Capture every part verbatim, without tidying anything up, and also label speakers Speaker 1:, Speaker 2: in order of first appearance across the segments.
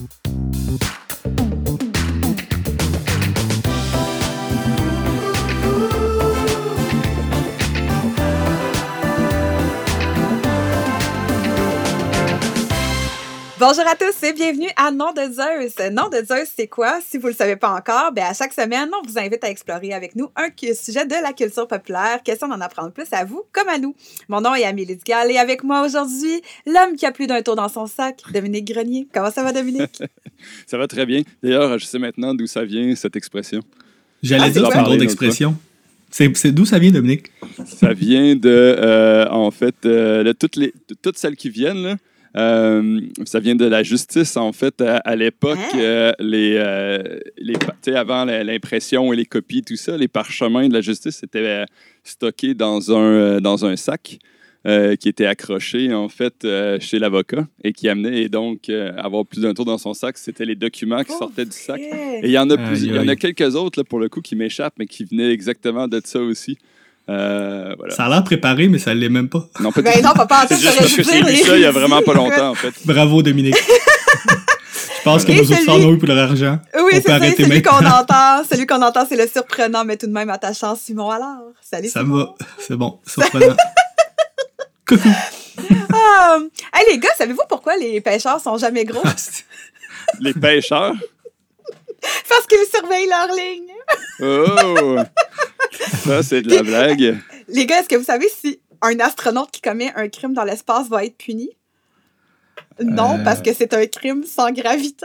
Speaker 1: Bonjour à tous et bienvenue à Nom de Zeus. Nom de Zeus, c'est quoi? Si vous ne le savez pas encore, ben à chaque semaine, on vous invite à explorer avec nous un sujet de la culture populaire, question d'en apprendre plus à vous comme à nous. Mon nom est Amélie Dugal et avec moi aujourd'hui, l'homme qui a plus d'un tour dans son sac, Dominique Grenier. Comment ça va, Dominique?
Speaker 2: Ça va très bien. D'ailleurs, je sais maintenant d'où ça vient, cette expression.
Speaker 3: J'allais
Speaker 1: Ah,
Speaker 3: dire que c'est une drôle d'expression. C'est, c'est d'où ça vient, Dominique?
Speaker 2: Ça vient de, euh, en fait, euh, de toutes, les, de toutes celles qui viennent, là. Euh, ça vient de la justice, en fait. À, à l'époque,
Speaker 1: Hein?
Speaker 2: euh, les, euh, les, tu sais, avant l'impression et les copies, tout ça, les parchemins de la justice étaient euh, stockés dans un, euh, dans un sac euh, qui était accroché, en fait, euh, chez l'avocat et qui amenait, et donc, euh, avoir plus d'un tour dans son sac, c'était les documents qui
Speaker 1: Oh,
Speaker 2: sortaient du sac.
Speaker 1: vrai?
Speaker 2: Et il y en a,
Speaker 3: Aïe,
Speaker 2: plus, il y en a
Speaker 3: aïe.
Speaker 2: quelques autres, là, pour le coup, qui m'échappent, mais qui venaient exactement de ça aussi. Euh, voilà.
Speaker 3: Ça a l'air préparé, mais ça ne l'est même pas.
Speaker 2: Non, pas du
Speaker 1: Ben
Speaker 2: tout.
Speaker 1: non, papa,
Speaker 2: C'est juste parce que j'ai lu ça il y a vraiment pas longtemps, en fait.
Speaker 3: Bravo, Dominique. Je pense que
Speaker 1: Et
Speaker 3: nos
Speaker 1: celui-
Speaker 3: auditeurs n'ont eu pour leur argent.
Speaker 1: Oui,
Speaker 3: On
Speaker 1: c'est
Speaker 3: peut
Speaker 1: ça,
Speaker 3: arrêter
Speaker 1: celui qu'on
Speaker 3: maintenant.
Speaker 1: entend. Celui qu'on entend, c'est le surprenant, mais tout de même attachant Simon Allard. Salut,
Speaker 3: Ça
Speaker 1: Simon.
Speaker 3: va. C'est bon. Surprenant. Coucou.
Speaker 1: Ah, hey, les gars, savez-vous pourquoi les pêcheurs sont jamais gros?
Speaker 3: Ah, c'est-
Speaker 2: Les pêcheurs.
Speaker 1: Parce qu'ils surveillent leur ligne.
Speaker 2: Oh! Ça, c'est de la blague.
Speaker 1: Les gars, est-ce que vous savez si un astronaute qui commet un crime dans l'espace va être puni? Non,
Speaker 3: Euh.
Speaker 1: parce que c'est un crime sans gravité.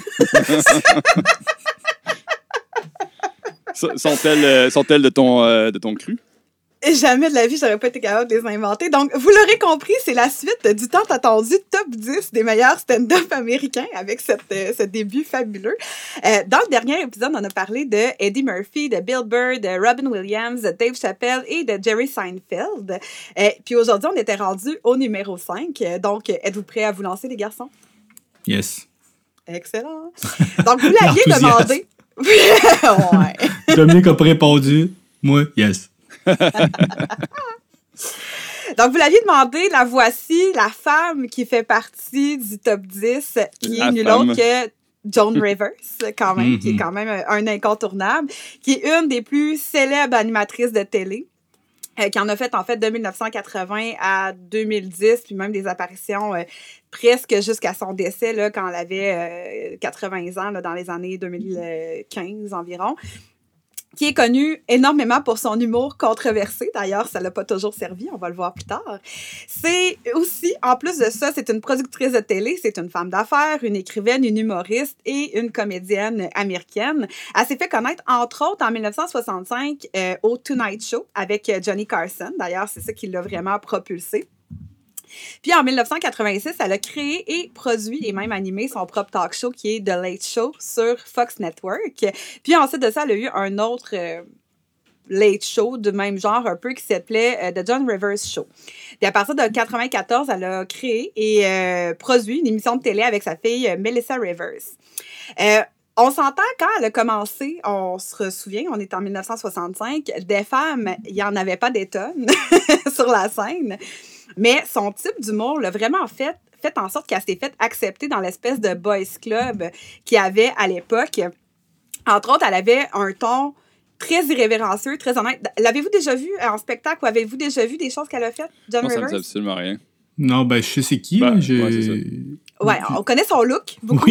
Speaker 2: So- Sont-elles euh, sont-elles de ton, euh, de ton cru?
Speaker 1: Et jamais de la vie, j'aurais pas été capable de les inventer. Donc, vous l'aurez compris, c'est la suite du tant attendu top dix des meilleurs stand-up américains avec cette, euh, ce début fabuleux. Euh, dans le dernier épisode, on a parlé de Eddie Murphy, de Bill Burr, de Robin Williams, de Dave Chappelle et de Jerry Seinfeld. Euh, puis aujourd'hui, on était rendu au numéro cinq. Euh, Donc, êtes-vous prêts à vous lancer, les garçons?
Speaker 3: Yes.
Speaker 1: Excellent. Donc, vous l'aviez
Speaker 3: L'enthousiasme.
Speaker 1: demandé. Ouais.
Speaker 3: Dominique a pas répondu. Moi, yes.
Speaker 1: Donc, vous l'aviez demandé, la voici, la femme qui fait partie du top dix, qui
Speaker 2: La
Speaker 1: est nulle
Speaker 2: femme.
Speaker 1: autre que Joan Rivers, quand même,
Speaker 3: Mhm.
Speaker 1: qui est quand même un incontournable, qui est une des plus célèbres animatrices de télé, euh, qui en a fait, en fait, de dix-neuf cent quatre-vingts à deux mille dix, puis même des apparitions euh, presque jusqu'à son décès, là, quand elle avait euh, quatre-vingts ans, là, dans les années deux mille quinze environ, qui est connue énormément pour son humour controversé. D'ailleurs, ça l'a pas toujours servi, on va le voir plus tard. C'est aussi, en plus de ça, c'est une productrice de télé, c'est une femme d'affaires, une écrivaine, une humoriste et une comédienne américaine. Elle s'est fait connaître, entre autres, en dix-neuf cent soixante-cinq euh, au Tonight Show avec euh, Johnny Carson. D'ailleurs, c'est ça qui l'a vraiment propulsée. Puis en dix-neuf cent quatre-vingt-six, elle a créé et produit et même animé son propre talk show qui est The Late Show sur Fox Network. Puis ensuite de ça, elle a eu un autre euh, late show de même genre un peu qui s'appelait euh, The Joan Rivers Show. Puis à partir de quatre-vingt-quatorze, elle a créé et euh, produit une émission de télé avec sa fille euh, Melissa Rivers. Euh, On s'entend quand elle a commencé, on se souvient, on est en dix-neuf cent soixante-cinq, des femmes, il n'y en avait pas des tonnes sur la scène. Mais son type d'humour l'a vraiment fait, fait en sorte qu'elle s'est fait accepter dans l'espèce de boys club qu'il y avait à l'époque. Entre autres, elle avait un ton très irrévérencieux, très honnête. L'avez-vous déjà vu en spectacle ou avez-vous déjà vu des choses qu'elle a faites, Joan
Speaker 2: Non, ça me
Speaker 1: Rivers?
Speaker 2: dit absolument rien.
Speaker 3: Non, ben, je sais c'est qui.
Speaker 2: Ben,
Speaker 3: là, je...
Speaker 2: ouais, c'est ça.
Speaker 1: Ouais, on connaît son look beaucoup.
Speaker 3: Oui.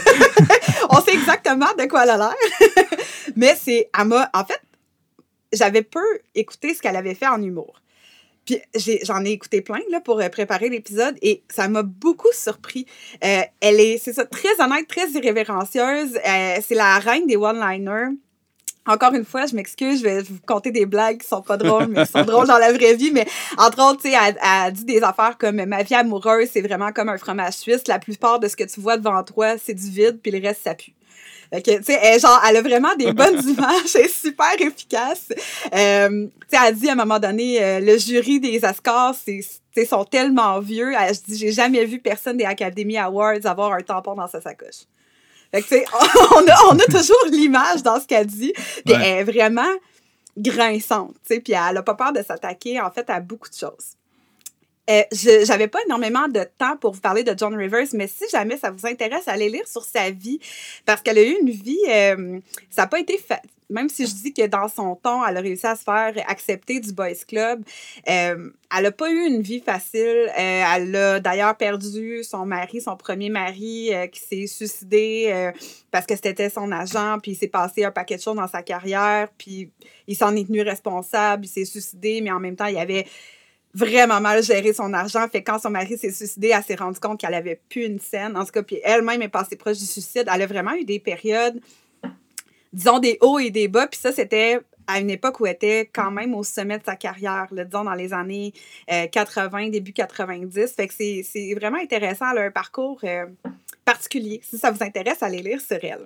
Speaker 1: On sait exactement de quoi elle a l'air. Mais c'est, elle m'a, en fait, j'avais peu écouté ce qu'elle avait fait en humour. Puis j'ai, j'en ai écouté plein là, pour euh, préparer l'épisode et ça m'a beaucoup surpris. Euh, elle est, c'est ça, très honnête, très irrévérencieuse. Euh, c'est la reine des one-liners. Encore une fois, je m'excuse, je vais vous conter des blagues qui sont pas drôles, mais qui sont drôles dans la vraie vie. Mais entre autres, tu sais, elle, elle dit des affaires comme « Ma vie amoureuse, c'est vraiment comme un fromage suisse. La plupart de ce que tu vois devant toi, c'est du vide, puis le reste, ça pue. » Fait que, tu sais, elle, genre, elle a vraiment des bonnes images, elle est super efficace. Euh, tu sais, elle dit à un moment donné, euh, le jury des Oscars, c'est, tu sais, sont tellement vieux. Elle dit, j'ai jamais vu personne des Academy Awards avoir un tampon dans sa sacoche. Fait que, tu sais, on a, on a toujours l'image dans ce qu'elle dit. Puis
Speaker 3: Ouais.
Speaker 1: elle est vraiment grinçante, tu sais, puis elle n'a pas peur de s'attaquer, en fait, à beaucoup de choses. Euh, je j'avais pas énormément de temps pour vous parler de Joan Rivers, mais si jamais ça vous intéresse, allez lire sur sa vie, parce qu'elle a eu une vie, euh, ça n'a pas été fa- même si je dis que dans son ton, elle a réussi à se faire accepter du Boys Club, euh, elle n'a pas eu une vie facile. Euh, elle a d'ailleurs perdu son mari, son premier mari, euh, qui s'est suicidé euh, parce que c'était son agent, puis il s'est passé un paquet de choses dans sa carrière, puis il s'en est tenu responsable, il s'est suicidé, mais en même temps, il y avait vraiment mal géré son argent. Fait que quand son mari s'est suicidé, elle s'est rendue compte qu'elle avait plus une scène. En tout cas, puis elle-même est passée proche du suicide. Elle a vraiment eu des périodes, disons, des hauts et des bas. Puis ça, c'était à une époque où elle était quand même au sommet de sa carrière, là, disons, dans les années euh, quatre-vingts, début quatre-vingt-dix. Fait que c'est, c'est vraiment intéressant. Elle a un parcours euh, particulier. Si ça vous intéresse, allez lire sur elle.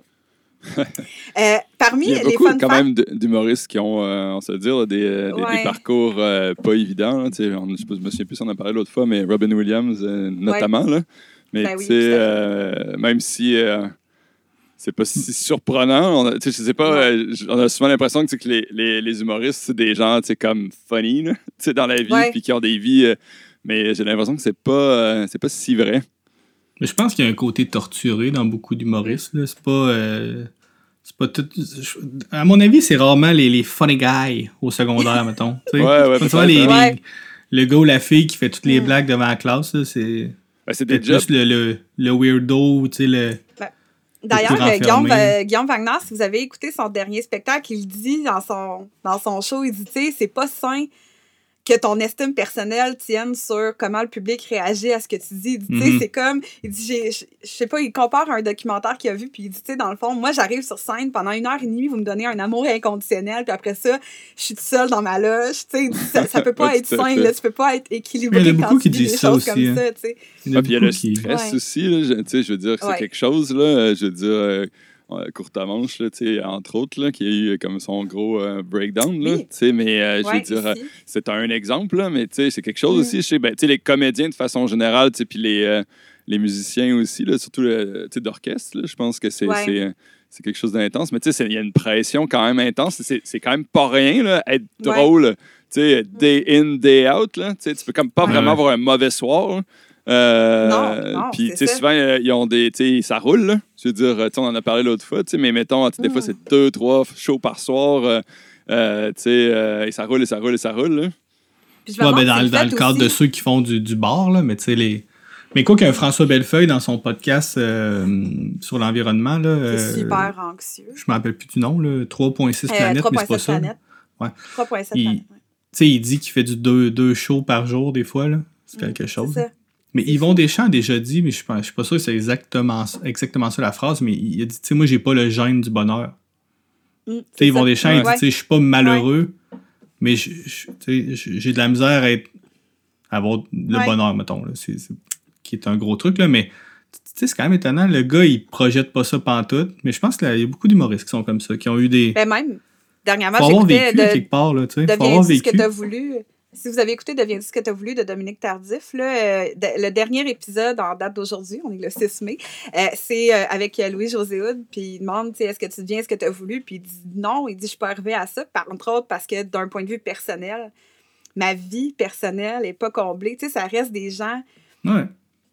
Speaker 1: euh, parmi
Speaker 2: Il y a
Speaker 1: les
Speaker 2: beaucoup
Speaker 1: fun
Speaker 2: quand
Speaker 1: facts,
Speaker 2: même d'humoristes qui ont, euh, on se dit, là, des, euh, des,
Speaker 1: Ouais.
Speaker 2: des parcours euh, pas évidents. Là, tu sais, on- je sais pas, je me souviens plus si on en a parlé l'autre fois, mais Robin Williams euh, notamment. Là. Mais
Speaker 1: Ben oui,
Speaker 2: tu sais,
Speaker 1: tout à fait.
Speaker 2: euh, même si euh, c'est pas si surprenant, on a, tu sais, je sais pas,
Speaker 1: Non.
Speaker 2: euh, j- on a souvent l'impression que, tu sais, que les, les, les humoristes, c'est des gens tu sais, comme funny là, tu sais, dans la vie,
Speaker 1: Ouais.
Speaker 2: puis qui ont des vies. euh, mais j'ai l'impression que c'est pas, euh, c'est pas si vrai.
Speaker 3: Mais je pense qu'il y a un côté torturé dans beaucoup d'humoristes. Là. C'est pas. euh, c'est pas tout. je- À mon avis, c'est rarement les, les funny guys au secondaire, mettons. Tu sais.
Speaker 2: Ouais, ouais,
Speaker 3: C'est pas
Speaker 2: peut-être,
Speaker 3: souvent les,
Speaker 2: hein.
Speaker 1: Ouais.
Speaker 3: les- le gars ou la fille qui fait toutes les
Speaker 1: Mm.
Speaker 3: blagues devant la classe. Là, c'est
Speaker 2: Ben, c'est des
Speaker 3: peut-être
Speaker 2: jobs.
Speaker 3: plus le, le, le weirdo, tu sais, le.
Speaker 1: D'ailleurs,
Speaker 3: plus
Speaker 1: euh, Guillaume,
Speaker 3: renfermé.
Speaker 1: euh, Guillaume Wagner, si vous avez écouté son dernier spectacle, il dit dans son, dans son show, il dit, tu sais, c'est pas sain que ton estime personnelle tienne sur comment le public réagit à ce que tu dis. Il dit, tu sais,
Speaker 3: Mhm.
Speaker 1: c'est comme, il dit, j'ai- je je sais pas, il compare un documentaire qu'il a vu, puis il dit, tu sais, dans le fond, moi, j'arrive sur scène, pendant une heure et demie, vous me donnez un amour inconditionnel, puis après ça, je suis toute seule dans ma loge, tu sais, il dit, ça, ça peut pas
Speaker 2: Ouais,
Speaker 1: être
Speaker 2: tout à
Speaker 1: sain,
Speaker 2: fait.
Speaker 1: là, tu peux pas être équilibré
Speaker 3: Il y en a beaucoup
Speaker 1: quand tu
Speaker 3: qui
Speaker 1: dis
Speaker 3: disent
Speaker 1: des
Speaker 3: ça
Speaker 1: choses
Speaker 3: aussi,
Speaker 1: comme
Speaker 3: hein.
Speaker 1: ça, tu sais.
Speaker 3: Il y en a
Speaker 2: Ah, puis il y a
Speaker 3: beaucoup
Speaker 2: le
Speaker 3: qui.
Speaker 2: stress
Speaker 1: Ouais.
Speaker 2: aussi, là, je, tu sais, je veux dire, c'est
Speaker 1: Ouais.
Speaker 2: quelque chose, là, euh, je veux dire, euh, euh, Courtemanche, là, tu sais, entre autres, là, qui a eu euh, comme son gros euh, breakdown, là,
Speaker 1: Oui.
Speaker 2: tu sais, mais euh, je veux
Speaker 1: Ouais,
Speaker 2: dire, euh,
Speaker 1: ici.
Speaker 2: c'est un exemple, là, mais tu sais, c'est quelque chose
Speaker 1: Mm.
Speaker 2: aussi, je sais, ben, tu sais, les comédiens de façon générale, tu sais, puis les, euh, les musiciens aussi, là, surtout le, tu sais, d'orchestre, là, je pense que c'est...
Speaker 1: Ouais.
Speaker 2: c'est, euh, c'est quelque chose d'intense, mais tu sais, c'est- il y a une pression quand même intense. C'est c'est quand même pas rien, là, être
Speaker 1: Ouais.
Speaker 2: drôle, tu sais, day in, day out, là. Tu sais, tu peux comme pas
Speaker 1: Ouais.
Speaker 2: vraiment avoir un mauvais soir, là. Euh,
Speaker 1: Non, non,
Speaker 2: Puis,
Speaker 1: c'est
Speaker 2: tu sais,
Speaker 1: ça.
Speaker 2: souvent, euh, ils ont des. Tu sais, ça roule, là. Je veux dire, tu sais, on en a parlé l'autre fois, tu sais, mais mettons, tu sais, des fois,
Speaker 1: Mm.
Speaker 2: c'est deux, trois shows par soir. euh, euh, tu sais, euh, et ça roule, et ça roule, et ça roule, là.
Speaker 1: Puis je me
Speaker 3: Ouais,
Speaker 1: demande
Speaker 3: ben,
Speaker 1: si
Speaker 3: dans,
Speaker 1: le
Speaker 3: dans
Speaker 1: fait
Speaker 3: le cadre de
Speaker 1: aussi-
Speaker 3: ceux qui font du, du bar, là, mais tu sais, les. Mais quoi qu'un François Bellefeuille, dans son podcast euh, sur l'environnement, là.
Speaker 1: C'est
Speaker 3: euh,
Speaker 1: super anxieux.
Speaker 3: Je me rappelle plus du nom, là. trois virgule six
Speaker 1: Euh,
Speaker 3: planètes,
Speaker 1: trois
Speaker 3: mais c'est
Speaker 1: virgule
Speaker 3: pas
Speaker 1: sept
Speaker 3: ça.
Speaker 1: planètes.
Speaker 3: Ouais.
Speaker 1: trois virgule sept
Speaker 3: Il-
Speaker 1: planètes, ouais.
Speaker 3: Tu sais, il dit qu'il fait du deux, deux shows par jour, des fois, là. C'est quelque
Speaker 1: Mm,
Speaker 3: chose.
Speaker 1: c'est ça.
Speaker 3: Mais
Speaker 1: C'est
Speaker 3: Yvon
Speaker 1: fou.
Speaker 3: Deschamps a déjà dit, mais je suis pas, je suis pas sûr que c'est exactement, exactement ça la phrase, mais il a dit, tu sais, moi, j'ai pas le gène du bonheur.
Speaker 1: Mm,
Speaker 3: Tu sais,
Speaker 1: c'est
Speaker 3: Yvon
Speaker 1: ça.
Speaker 3: Deschamps, il dit,
Speaker 1: Ouais.
Speaker 3: tu sais, je suis pas malheureux, mais je- je- tu sais, j'ai de la misère à, être, à avoir le
Speaker 1: Ouais.
Speaker 3: bonheur, mettons, là. C'est, c'est- qui est un gros truc, là, mais tu sais, c'est quand même étonnant. Le gars, il projette pas ça pantoute, mais je pense qu'il y a beaucoup d'humoristes qui sont comme ça, qui ont eu des...
Speaker 1: Ben même, dernièrement,
Speaker 3: faut avoir
Speaker 1: j'écoutais
Speaker 3: vécu à
Speaker 1: de,
Speaker 3: quelque part, là, tu sais. Faut avoir
Speaker 1: Deviens-tu ce que
Speaker 3: vécu.
Speaker 1: tu as voulu. Si vous avez écouté Deviens-tu ce que tu as voulu de Dominique Tardif, là, euh, de- le dernier épisode en date d'aujourd'hui, on est le six mai, euh, c'est euh, avec euh, Louis-José Hood, puis il demande, tu sais, est-ce que tu deviens ce que tu as voulu, puis il dit non, il dit je suis pas arrivé à ça, par entre autres parce que d'un point de vue personnel, ma vie personnelle n'est pas comblée, tu sais, ça reste des gens,
Speaker 3: Ouais.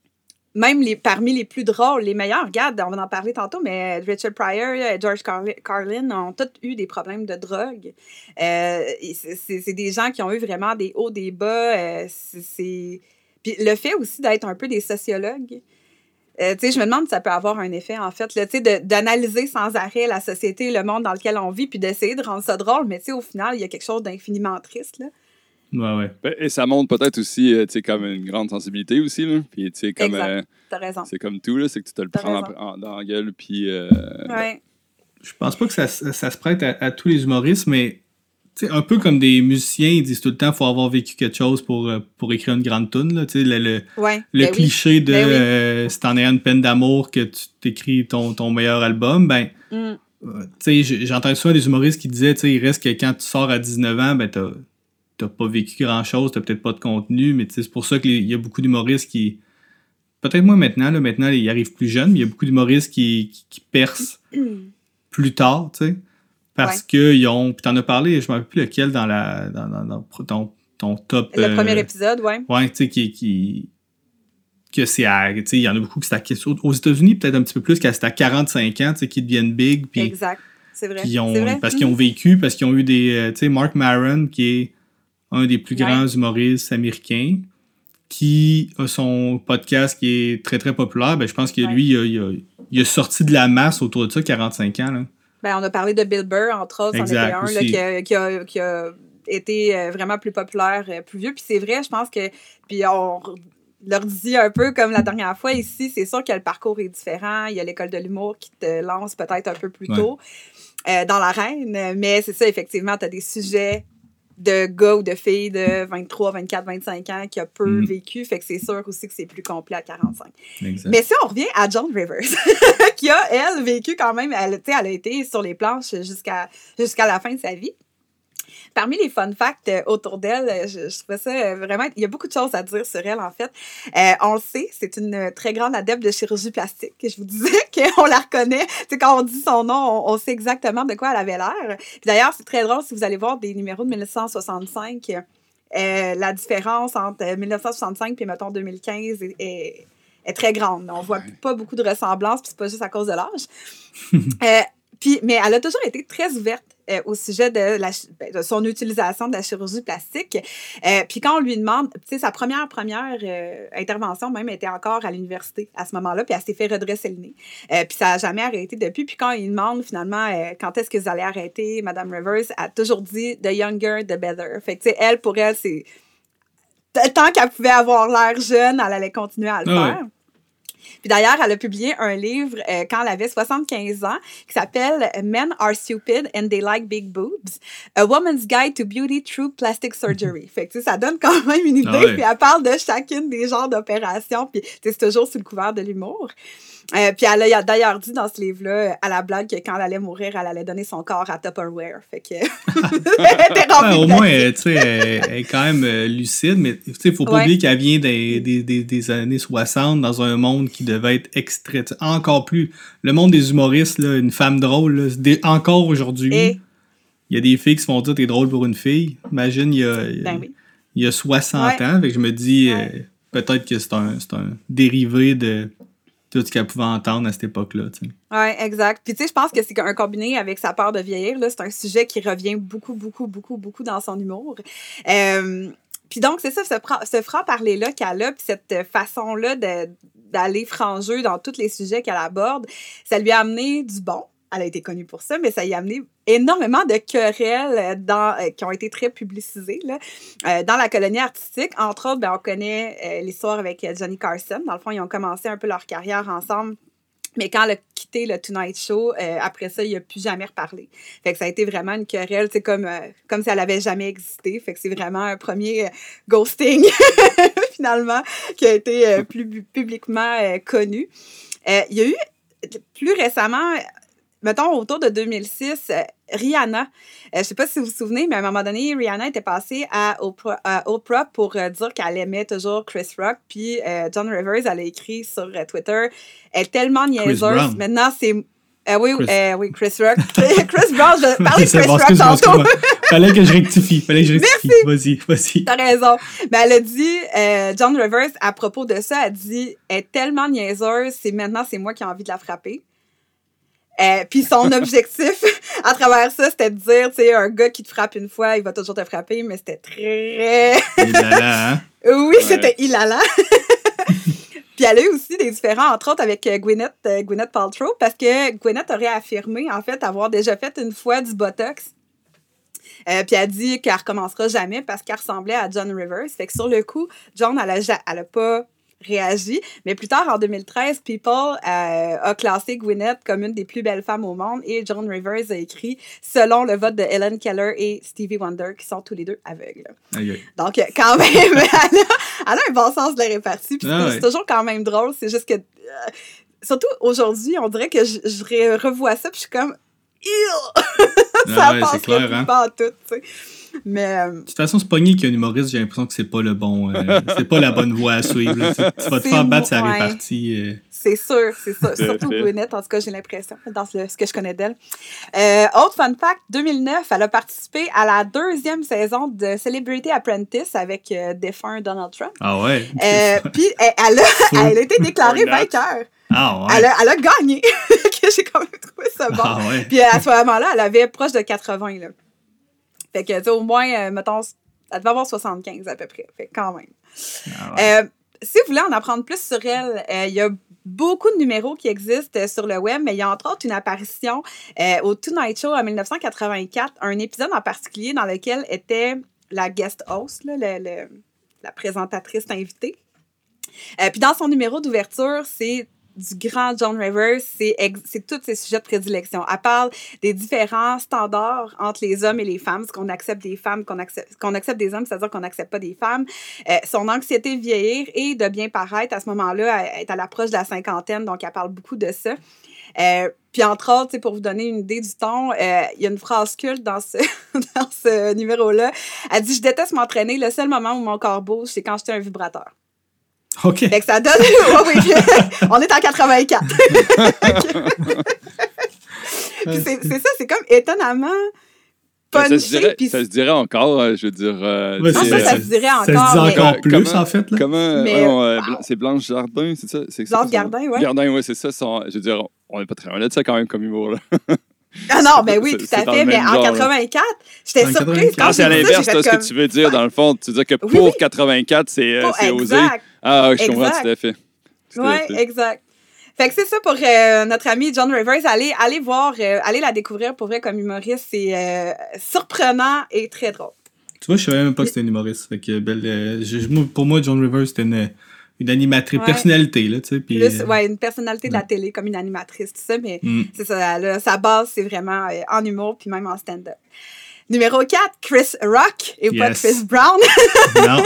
Speaker 1: même les, parmi les plus drôles, les meilleurs, regarde, on va en parler tantôt, mais Richard Pryor, euh, George Carlin, Carlin ont tous eu des problèmes de drogue. Euh, et c'est c'est- c'est des gens qui ont eu vraiment des hauts, des bas. euh, c'est- c'est... Puis le fait aussi d'être un peu des sociologues, euh, tu sais, je me demande si ça peut avoir un effet, en fait, là, tu sais, de- d'analyser sans arrêt la société, le monde dans lequel on vit, puis d'essayer de rendre ça drôle, mais tu sais, au final, il y a quelque chose d'infiniment triste, là.
Speaker 3: Ouais, ouais.
Speaker 2: Ben, et ça montre peut-être aussi, euh, tu sais, comme une grande sensibilité aussi, là. Puis, tu sais, comme.
Speaker 1: Exact.
Speaker 2: euh,
Speaker 1: T'as raison.
Speaker 2: c'est comme tout, là, c'est que tu te le
Speaker 1: T'as
Speaker 2: prends
Speaker 1: raison.
Speaker 2: en- en- dans la gueule, puis. euh,
Speaker 1: Ouais.
Speaker 3: Je pense pas que ça, ça se prête à, à tous les humoristes, mais tu sais, un peu comme des musiciens, ils disent tout le temps qu'il faut avoir vécu quelque chose pour, euh, pour écrire une grande tune. Là, tu sais, le le,
Speaker 1: Ouais.
Speaker 3: le
Speaker 1: Ben oui.
Speaker 3: cliché de
Speaker 1: Ben oui.
Speaker 3: euh, si t'en as une peine d'amour que tu t'écris ton, ton meilleur album, ben,
Speaker 1: Mm.
Speaker 3: euh, tu sais, j- j'entends souvent des humoristes qui disaient, tu sais, il reste que quand tu sors à dix-neuf ans, ben, t'as, t'as pas vécu grand-chose, t'as peut-être pas de contenu, mais tu sais, c'est pour ça qu'il y a beaucoup d'humoristes qui. Peut-être moi maintenant, là, maintenant, ils arrivent plus jeunes, mais il y a beaucoup d'humoristes qui, qui, qui percent plus tard, tu sais. Parce
Speaker 1: Ouais.
Speaker 3: qu'ils ont. Puis t'en as parlé, je ne me rappelle plus lequel dans, la, dans, dans, dans ton, ton top...
Speaker 1: Le
Speaker 3: euh,
Speaker 1: premier épisode, ouais.
Speaker 3: Ouais, tu sais, qui... qui que c'est à... Tu sais, il y en a beaucoup qui c'est à... Aux États-Unis, peut-être un petit peu plus, qu'à c'est à quarante-cinq ans, tu sais, qui deviennent big. Pis,
Speaker 1: exact. C'est vrai.
Speaker 3: Pis ont,
Speaker 1: c'est vrai.
Speaker 3: parce qu'ils ont vécu, parce qu'ils ont eu des... euh, tu sais, Mark Maron, qui est un des plus grands ouais. humoristes américains, qui a son podcast qui est très, très populaire. Ben, je pense que ouais. lui, il a, il, a, il a sorti de la masse autour de ça, quarante-cinq ans, là.
Speaker 1: Ben, on a parlé de Bill Burr, entre autres,
Speaker 3: exact,
Speaker 1: en était un, là, qui, a, qui, a, qui a été vraiment plus populaire, plus vieux. Puis c'est vrai, je pense que... Puis on leur dit un peu comme la dernière fois ici, c'est sûr que le parcours est différent. Il y a l'école de l'humour qui te lance peut-être un peu plus tôt ouais. euh, dans l'arène. Mais c'est ça, effectivement, tu as des sujets de gars ou de filles de vingt-trois, vingt-quatre, vingt-cinq ans qui a peu mm. vécu. Fait que c'est sûr aussi que c'est plus complet à quarante-cinq. Exact. Mais si on revient à Joan Rivers, qui a, elle, vécu quand même, elle, elle a été sur les planches jusqu'à, jusqu'à la fin de sa vie. Parmi les fun facts autour d'elle, je, je trouvais ça vraiment... Il y a beaucoup de choses à dire sur elle, en fait. Euh, on le sait, c'est une très grande adepte de chirurgie plastique. Je vous disais qu'on la reconnaît. Tu sais, quand on dit son nom, on, on sait exactement de quoi elle avait l'air. Puis d'ailleurs, c'est très drôle, si vous allez voir des numéros de dix-neuf cent soixante-cinq, euh, la différence entre dix-neuf cent soixante-cinq et, mettons, deux mille quinze est, est, est très grande. On voit ouais. pas beaucoup de ressemblances, puis c'est pas juste à cause de l'âge. euh, Puis, mais elle a toujours été très ouverte euh, au sujet de, la, de son utilisation de la chirurgie plastique. Euh, puis quand on lui demande, tu sais, sa première, première euh, intervention même était encore à l'université à ce moment-là, puis elle s'est fait redresser le nez. Euh, puis ça n'a jamais arrêté depuis. Puis quand il demande finalement euh, quand est-ce que vous allez arrêter, Madame Rivers a toujours dit « the younger, the better ». Fait que, tu sais, elle, pour elle, c'est... Tant qu'elle pouvait avoir l'air jeune, elle allait continuer à le ah faire. Ouais. Puis d'ailleurs, elle a publié un livre euh, quand elle avait soixante-quinze ans qui s'appelle « Men are stupid and they like big boobs. A woman's guide to beauty through plastic surgery ». Fait que ça donne quand même une idée. Ah ouais. Puis elle parle de chacune des genres d'opérations. Puis c'est toujours sous le couvert de l'humour. Euh, puis elle a d'ailleurs dit dans ce livre-là, à la blague, que quand elle allait mourir, elle allait donner son corps à Tupperware. Fait que... elle était remplie
Speaker 3: ouais, au moins, tu sais, elle, elle est quand même euh, lucide, mais tu sais, il faut pas ouais. oublier qu'elle vient des, des, des, des années soixante dans un monde qui devait être extrait, encore plus... Le monde des humoristes, là, une femme drôle, là, des, encore aujourd'hui, Et... il y a des filles qui se font dire « t'es drôle pour une fille ». Imagine, il y a,
Speaker 1: ben oui.
Speaker 3: il y a soixante ouais. ans, fait que je me dis, ouais. euh, peut-être que c'est un, c'est un dérivé de... tout ce qu'elle pouvait entendre à cette époque-là. Oui,
Speaker 1: exact. Puis tu sais, je pense que c'est un combiné avec sa peur de vieillir. Là, c'est un sujet qui revient beaucoup, beaucoup, beaucoup, beaucoup dans son humour. Euh, puis donc, c'est ça, ce, ce franc-parler-là qu'elle a, puis cette façon-là de, d'aller franc-jeu dans tous les sujets qu'elle aborde, ça lui a amené du bon. Elle a été connue pour ça, mais ça y a amené énormément de querelles dans, euh, qui ont été très publicisées là, euh, dans la colonie artistique. Entre autres, ben, on connaît euh, l'histoire avec Johnny Carson. Dans le fond, ils ont commencé un peu leur carrière ensemble. Mais quand elle a quitté le Tonight Show, euh, après ça, il n'a plus jamais reparlé. Fait que ça a été vraiment une querelle, tu sais, comme, euh, comme si elle n'avait jamais existé. Fait que c'est vraiment un premier euh, ghosting, finalement, qui a été euh, plus publiquement euh, connu. Euh, il y a eu, plus récemment... Mettons, autour de deux mille six, euh, Rihanna, euh, je ne sais pas si vous vous souvenez, mais à un moment donné, Rihanna était passée à Oprah, à Oprah pour euh, dire qu'elle aimait toujours Chris Rock. Puis euh, Joan Rivers, elle a écrit sur euh, Twitter, elle est tellement niaiseuse. Maintenant, c'est... Euh, oui, Chris. Euh, oui, Chris Rock. Chris Brown, je parlais de Chris bon, Rock tantôt.
Speaker 3: Fallait que je rectifie. Fallait que je rectifie. Merci. Vas-y, vas-y.
Speaker 1: T'as raison. Mais elle a dit, euh, Joan Rivers, à propos de ça, elle dit, elle est tellement niaiseuse, c'est maintenant, c'est moi qui ai envie de la frapper. Euh, puis son objectif à travers ça, c'était de dire, tu sais, un gars qui te frappe une fois, il va toujours te frapper, mais c'était très...
Speaker 3: Hilalant, hein?
Speaker 1: Oui, ouais. C'était hilalant. Puis elle a eu aussi des différends, entre autres, avec Gwyneth, euh, Gwyneth Paltrow, parce que Gwyneth aurait affirmé, en fait, avoir déjà fait une fois du Botox. Euh, puis elle dit qu'elle recommencera jamais parce qu'elle ressemblait à Joan Rivers. Fait que sur le coup, Joan, elle a, elle a pas... réagi. Mais plus tard, en deux mille treize, People euh, a classé Gwyneth comme une des plus belles femmes au monde et Joan Rivers a écrit selon le vote de Helen Keller et Stevie Wonder, qui sont tous les deux aveugles.
Speaker 3: Aïe, aïe.
Speaker 1: Donc, quand même, elle, a, elle a un bon sens de la répartie. Puis
Speaker 3: ah,
Speaker 1: c'est, ouais. c'est toujours quand même drôle. C'est juste que, euh, surtout aujourd'hui, on dirait que je, je revois ça puis je suis comme, ça
Speaker 3: Ah ouais,
Speaker 1: passe
Speaker 3: c'est clair, hein?
Speaker 1: pas en tout, tu sais. Mais. Euh,
Speaker 3: de toute façon, se pogner qu'un humoriste, j'ai l'impression que c'est pas le bon. Euh, c'est pas la bonne voie à suivre. Là. Tu, tu vas te faire battre sa
Speaker 1: ouais.
Speaker 3: répartie. Euh.
Speaker 1: C'est sûr, c'est ça. Surtout Gwyneth, en tout cas, j'ai l'impression, dans le, ce que je connais d'elle. Euh, autre fun fact, deux mille neuf, elle a participé à la deuxième saison de Celebrity Apprentice avec euh, défunt Donald Trump.
Speaker 3: Ah ouais?
Speaker 1: Euh, Puis elle, elle, a, elle a été déclarée vainqueur.
Speaker 3: Ah ouais?
Speaker 1: Elle a, elle a gagné. que j'ai quand même trouvé ça bon.
Speaker 3: Ah ouais?
Speaker 1: Puis à ce moment-là, elle avait proche de quatre-vingts. Là. Fait que, tu sais, au moins, euh, mettons, elle devait avoir soixante-quinze à peu près. Fait que quand même.
Speaker 3: Ah ouais.
Speaker 1: euh, si vous voulez en apprendre plus sur elle, il euh, y a beaucoup de numéros qui existent sur le web, mais il y a entre autres une apparition euh, au Tonight Show en dix-neuf cent quatre-vingt-quatre, un épisode en particulier dans lequel était la guest host, là, le, le, la présentatrice invitée. Euh, puis dans son numéro d'ouverture, c'est du grand Joan Rivers, c'est, ex- c'est tous ses sujets de prédilection. Elle parle des différents standards entre les hommes et les femmes, ce qu'on accepte des femmes, qu'on accepte, qu'on accepte des hommes, c'est-à-dire qu'on n'accepte pas des femmes. Euh, son anxiété de vieillir et de bien paraître, à ce moment-là, elle est à l'approche de la cinquantaine, donc elle parle beaucoup de ça. Euh, puis entre autres, pour vous donner une idée du ton, euh, il y a une phrase culte dans ce, dans ce numéro-là. Elle dit « Je déteste m'entraîner, le seul moment où mon corps bouge, c'est quand j'étais un vibrateur. »
Speaker 3: OK.
Speaker 1: Fait que ça donne... oui, oui. On est en quatre-vingt-quatre. Puis c'est, c'est ça, c'est comme étonnamment punché.
Speaker 2: Ça se dirait,
Speaker 1: puis...
Speaker 2: ça se dirait encore, euh, je veux dire... Euh,
Speaker 3: Ouais,
Speaker 1: non, ça,
Speaker 3: euh,
Speaker 1: ça se dirait encore.
Speaker 3: Ça se dit encore
Speaker 1: mais...
Speaker 3: plus,
Speaker 2: comment,
Speaker 3: en fait. Là.
Speaker 2: Comment...
Speaker 1: Mais,
Speaker 2: ah non, euh,
Speaker 1: wow.
Speaker 2: Bla- c'est Blanche Jardin, c'est ça? C'est
Speaker 1: Blanche Gardin, oui.
Speaker 2: Gardin, oui, c'est ça. Son, je veux dire, on n'est pas très loin de ça quand même comme humour, là.
Speaker 1: Ah non, ben oui,
Speaker 2: C'est-
Speaker 1: tout
Speaker 2: c'est
Speaker 1: à
Speaker 2: dans
Speaker 1: fait.
Speaker 2: le
Speaker 1: Mais
Speaker 2: même
Speaker 1: en
Speaker 2: genre,
Speaker 1: quatre-vingt-quatre, j'étais
Speaker 3: En
Speaker 1: surprise.
Speaker 2: Ah,
Speaker 1: Quand
Speaker 2: c'est à
Speaker 1: j'ai vu ça,
Speaker 2: l'inverse,
Speaker 1: j'ai
Speaker 2: là,
Speaker 1: fait
Speaker 2: ce
Speaker 1: comme...
Speaker 2: que tu veux dire, dans le fond. Tu veux dire que
Speaker 1: Oui,
Speaker 2: pour
Speaker 1: oui.
Speaker 2: quatre-vingt-quatre, c'est, euh,
Speaker 1: Oh,
Speaker 2: c'est osé.
Speaker 1: exact.
Speaker 2: Ah, je comprends
Speaker 1: Exact.
Speaker 2: tout à fait. Tout à
Speaker 1: Oui,
Speaker 2: fait.
Speaker 1: exact. Fait que c'est ça pour euh, notre ami Joan Rivers. Allez, allez voir, euh, allez la découvrir pour vrai comme humoriste. C'est euh, surprenant et très drôle.
Speaker 3: Tu vois, je savais même pas que c'était une humoriste. Fait que, belle, euh, je- moi, pour moi, Joan Rivers, c'était une, une animatrice,
Speaker 1: Ouais.
Speaker 3: personnalité. Là, tu sais, puis,
Speaker 1: Plus,
Speaker 3: euh,
Speaker 1: ouais, une personnalité de la
Speaker 3: ouais.
Speaker 1: télé comme une animatrice, tout ça, mais
Speaker 3: mm.
Speaker 1: c'est ça, là, sa base, c'est vraiment euh, en humour puis même en stand-up. Numéro quatre, Chris Rock et pas
Speaker 3: Yes.
Speaker 1: Chris Brown.
Speaker 3: Non.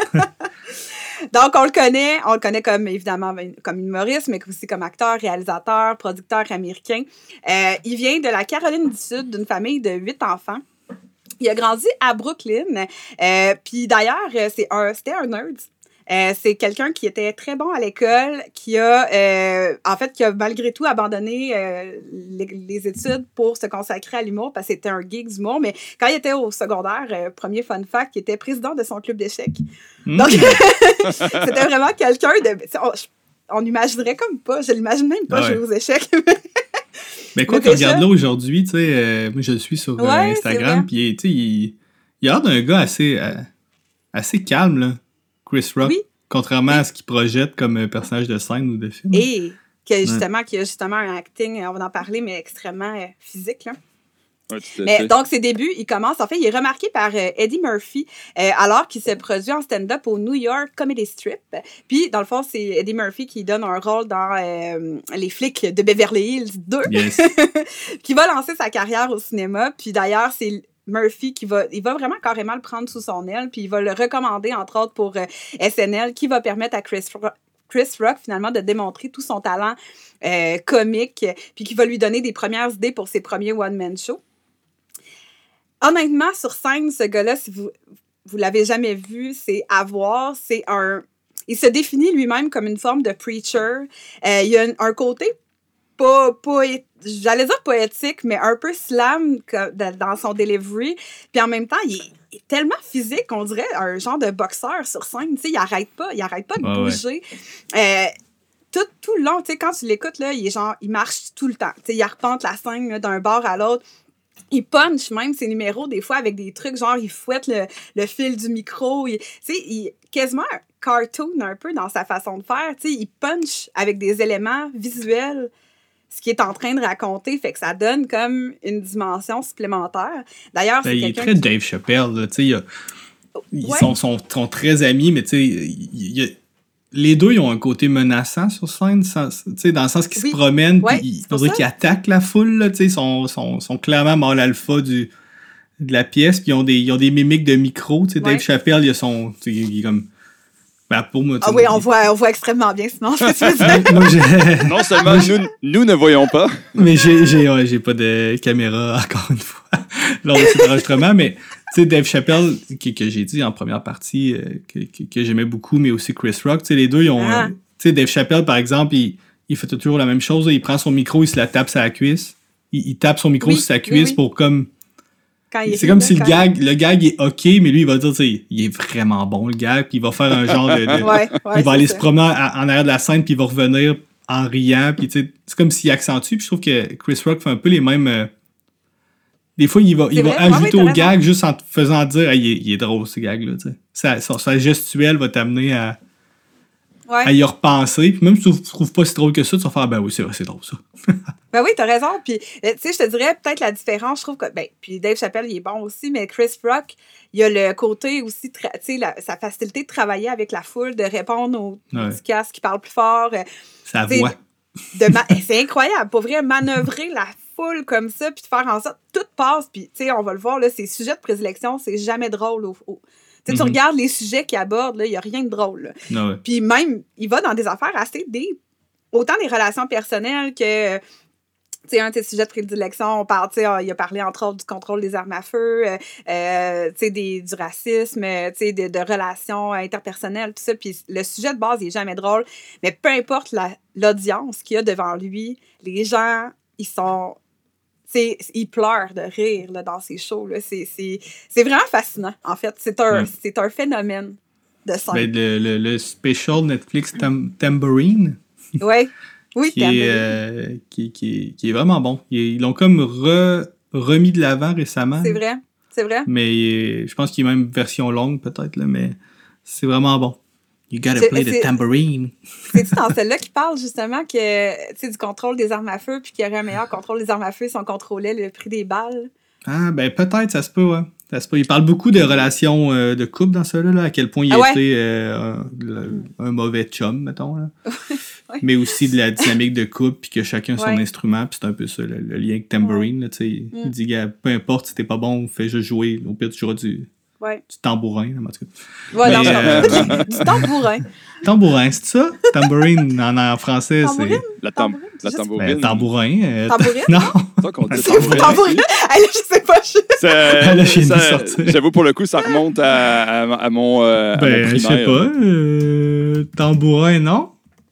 Speaker 1: Donc, on le connaît, on le connaît comme, évidemment, comme humoriste, mais aussi comme acteur, réalisateur, producteur américain. Euh, il vient de la Caroline du Sud, d'une famille de huit enfants. Il a grandi à Brooklyn. Euh, puis d'ailleurs, c'est un, c'était un nerd. Euh, c'est quelqu'un qui était très bon à l'école, qui a, euh, en fait, qui a malgré tout abandonné euh, les, les études pour se consacrer à l'humour parce que c'était un geek d'humour. Mais quand il était au secondaire, euh, premier fun fact, il était président de son club d'échecs.
Speaker 3: Mm.
Speaker 1: Donc, c'était vraiment quelqu'un de... On, on n'imaginerait comme pas, je l'imagine même pas
Speaker 3: Ah ouais.
Speaker 1: jouer aux échecs.
Speaker 3: Mais quoi
Speaker 1: Mais
Speaker 3: qu'on
Speaker 1: déjà-
Speaker 3: regarde là aujourd'hui, tu sais, euh, moi je le suis sur euh,
Speaker 1: Ouais, c'est vrai.
Speaker 3: Instagram, puis tu sais, il, il a l'air d'un gars assez, euh, assez calme, là, Chris Rock,
Speaker 1: Oui.
Speaker 3: contrairement à ce qu'il projette comme euh, personnage de scène ou de film.
Speaker 1: Et que justement, qu'il y a justement un acting, on va en parler, mais extrêmement euh, physique, là.
Speaker 2: Ouais, tout à
Speaker 1: Mais
Speaker 2: fait.
Speaker 1: donc, ses débuts, il commence, en fait, il est remarqué par euh, Eddie Murphy, euh, alors qu'il s'est produit en stand-up au New York Comedy Strip. Puis, dans le fond, c'est Eddie Murphy qui donne un rôle dans euh, Les flics de Beverly Hills deux,
Speaker 3: Yes.
Speaker 1: qui va lancer sa carrière au cinéma. Puis d'ailleurs, c'est Murphy qui va, il va vraiment carrément le prendre sous son aile, puis il va le recommander, entre autres, pour euh, S N L, qui va permettre à Chris Rock, Chris Rock, finalement, de démontrer tout son talent euh, comique, puis qui va lui donner des premières idées pour ses premiers one-man shows. Honnêtement, sur scène, ce gars-là, si vous vous l'avez jamais vu, c'est à voir. C'est un... Il se définit lui-même comme une forme de preacher. Euh, il y a un, un côté pas... pas j'allais dire poétique, mais un peu slam que- de- dans son delivery. Puis en même temps, il est, il est tellement physique, on dirait un genre de boxeur sur scène. Tu sais, il arrête pas, il arrête pas de
Speaker 3: Ouais,
Speaker 1: bouger. Euh, tout, tout le long, tu sais, quand tu l'écoutes, là, il est genre, il marche tout le temps. Tu sais, il arpente la scène là, d'un bord à l'autre. Il punch même ses numéros, des fois, avec des trucs, genre, il fouette le, le fil du micro. Tu sais, il quasiment un cartoon un peu dans sa façon de faire. Tu sais, il punch avec des éléments visuels ce qu'il est en train de raconter, fait que ça donne comme une dimension supplémentaire. D'ailleurs,
Speaker 3: Ben,
Speaker 1: c'est
Speaker 3: il est
Speaker 1: quelqu'un
Speaker 3: très
Speaker 1: qui...
Speaker 3: Dave Chappelle, là, tu sais, il y a- ils
Speaker 1: Ouais.
Speaker 3: sont, sont, sont très amis, mais tu sais, il- il y a- les deux, ils ont un côté menaçant sur scène, sans- tu sais, dans le sens qu'ils
Speaker 1: Oui.
Speaker 3: se promènent,
Speaker 1: Ouais,
Speaker 3: puis ils-
Speaker 1: c'est
Speaker 3: on
Speaker 1: pour
Speaker 3: dirait
Speaker 1: ça.
Speaker 3: qu'ils attaquent la foule, là, tu sais, ils sont, sont, sont clairement mâle alpha du, de la pièce, puis ils ont des, ils ont des mimiques de micro, tu sais,
Speaker 1: Ouais.
Speaker 3: Dave Chappelle, il a son, tu sais, il est comme Ben, pour moi,
Speaker 1: Ah oui, on voit, on voit extrêmement bien, sinon, ce que tu veux dire.
Speaker 3: moi, j'ai...
Speaker 2: Non seulement nous, nous ne voyons pas.
Speaker 3: Mais j'ai, j'ai, ouais, j'ai pas de caméra, encore une fois, lors de cet enregistrement, mais tu sais, Dave Chappelle, que, que j'ai dit en première partie, euh, que, que, que j'aimais beaucoup, mais aussi Chris Rock, tu sais, les deux, ils ont...
Speaker 1: Ah.
Speaker 3: Euh, tu sais, Dave Chappelle, par exemple, il, il fait toujours la même chose, là, il prend son micro, il se la tape sur la cuisse, il, il tape son micro
Speaker 1: Oui,
Speaker 3: sur sa
Speaker 1: oui,
Speaker 3: cuisse
Speaker 1: oui.
Speaker 3: pour comme...
Speaker 1: Quand il
Speaker 3: C'est
Speaker 1: rit,
Speaker 3: comme
Speaker 1: là,
Speaker 3: si le
Speaker 1: quand-
Speaker 3: gag, le gag est OK, mais lui, il va dire, tu sais, il est vraiment bon, le gag, puis il va faire un genre de... de-
Speaker 1: Ouais, ouais,
Speaker 3: il va
Speaker 1: c'est
Speaker 3: aller
Speaker 1: ça.
Speaker 3: se promener en, en arrière de la scène, puis il va revenir en riant, puis tu sais, c'est comme s'il accentue, puis je trouve que Chris Rock fait un peu les mêmes... euh, Des fois, il va, il
Speaker 1: C'est
Speaker 3: va
Speaker 1: vrai? Ouais, ouais,
Speaker 3: ajouter
Speaker 1: t'as
Speaker 3: au
Speaker 1: raison.
Speaker 3: gag juste en te faisant dire hey, il, est, il est drôle, ce gag-là, tu sais. Sa, sa, sa gestuelle va t'amener à,
Speaker 1: Ouais.
Speaker 3: à y repenser, puis même si tu ne trouves pas si drôle que ça, tu vas faire ben oui, c'est vrai, c'est drôle, ça.
Speaker 1: Ben oui, t'as raison. Puis, euh, tu sais, je te dirais peut-être la différence, je trouve que, ben, puis Dave Chappelle, il est bon aussi, mais Chris Rock, il a le côté aussi, tra- tu sais, la- sa facilité de travailler avec la foule, de répondre aux
Speaker 3: Ouais.
Speaker 1: petits casques qui parlent plus fort. euh,
Speaker 3: Sa
Speaker 1: T'sais,
Speaker 3: voix.
Speaker 1: de ma- eh, c'est incroyable, pour vrai, manœuvrer la foule comme ça, puis de faire en sorte que tout passe. Puis, tu sais, on va le voir, là, ses sujets de prédilection, c'est jamais drôle. Au, au- Tu sais,
Speaker 3: Mhm.
Speaker 1: tu regardes les sujets qu'il aborde, il n'y a rien de drôle. Là.
Speaker 3: Ah ouais.
Speaker 1: Puis même, il va dans des affaires assez deep. Autant des relations personnelles que, tu sais, un de ses sujets de prédilection, on parle, tu sais, il a parlé entre autres du contrôle des armes à feu, euh, euh, tu sais, des- du racisme, euh, tu sais, de, de relations interpersonnelles, tout ça. Puis le sujet de base, il est jamais drôle. Mais peu importe la, l'audience qu'il y a devant lui, les gens, ils sont... C'est, ils pleurent de rire là, dans ces shows. Là. C'est, c'est, c'est vraiment fascinant, en fait. C'est un,
Speaker 3: Ouais.
Speaker 1: c'est un phénomène de scène.
Speaker 3: Ben, le, le, le special Netflix Tam- Tambourine,
Speaker 1: Ouais. Oui,
Speaker 3: qui,
Speaker 1: Tambourine.
Speaker 3: est, euh, qui, qui, qui est vraiment bon. Ils, ils l'ont comme re- remis de l'avant récemment.
Speaker 1: C'est vrai. C'est vrai.
Speaker 3: Mais euh, je pense qu'il y a même une version longue, peut-être, là, mais c'est vraiment bon. You gotta
Speaker 1: C'est-
Speaker 3: play the
Speaker 1: c'est-
Speaker 3: tambourine.
Speaker 1: C'est-tu dans celle-là qui parle justement que, tu sais, du contrôle des armes à feu, puis qu'il y aurait un meilleur contrôle des armes à feu si on contrôlait le prix des balles?
Speaker 3: Ah, ben peut-être, ça se peut, ouais. Ça se peut. Il parle beaucoup de relations euh, de couple dans ça, là, à quel point il
Speaker 1: Ah ouais?
Speaker 3: était euh, un, le- un mauvais chum, mettons. Là.
Speaker 1: Ouais.
Speaker 3: Mais aussi de la dynamique de couple, puis que chacun a son
Speaker 1: Ouais.
Speaker 3: instrument, puis c'est un peu ça, le, le lien avec Tambourine. Là, tu sais.
Speaker 1: Mm.
Speaker 3: Il dit, gars, peu importe si t'es pas bon, fais juste jouer. Au pire, tu joueras du,
Speaker 1: Ouais.
Speaker 3: du tambourin. Là, en tout cas.
Speaker 1: Ouais,
Speaker 3: Mais,
Speaker 1: non, je
Speaker 3: euh,
Speaker 1: comprends. Du tambourin.
Speaker 3: Tambourin, c'est ça? Tambourine en, en français,
Speaker 1: Tambourine?
Speaker 3: c'est.
Speaker 2: La, tam-
Speaker 1: Tambourine,
Speaker 2: la
Speaker 1: juste-
Speaker 2: tambourine.
Speaker 3: Ben, tambourin. euh,
Speaker 1: Tambourine?
Speaker 3: Non!
Speaker 2: C'est ça qu'on dit.
Speaker 1: C'est vous, tambourin? Hey, là, je sais pas. Je...
Speaker 2: Ça-
Speaker 3: Là, je viens de
Speaker 2: ça-
Speaker 3: sortir.
Speaker 2: J'avoue, pour le coup, ça remonte à, à, à mon, euh, à mon
Speaker 3: Ben, je sais
Speaker 2: primaire.
Speaker 3: pas. euh, tambourin, non?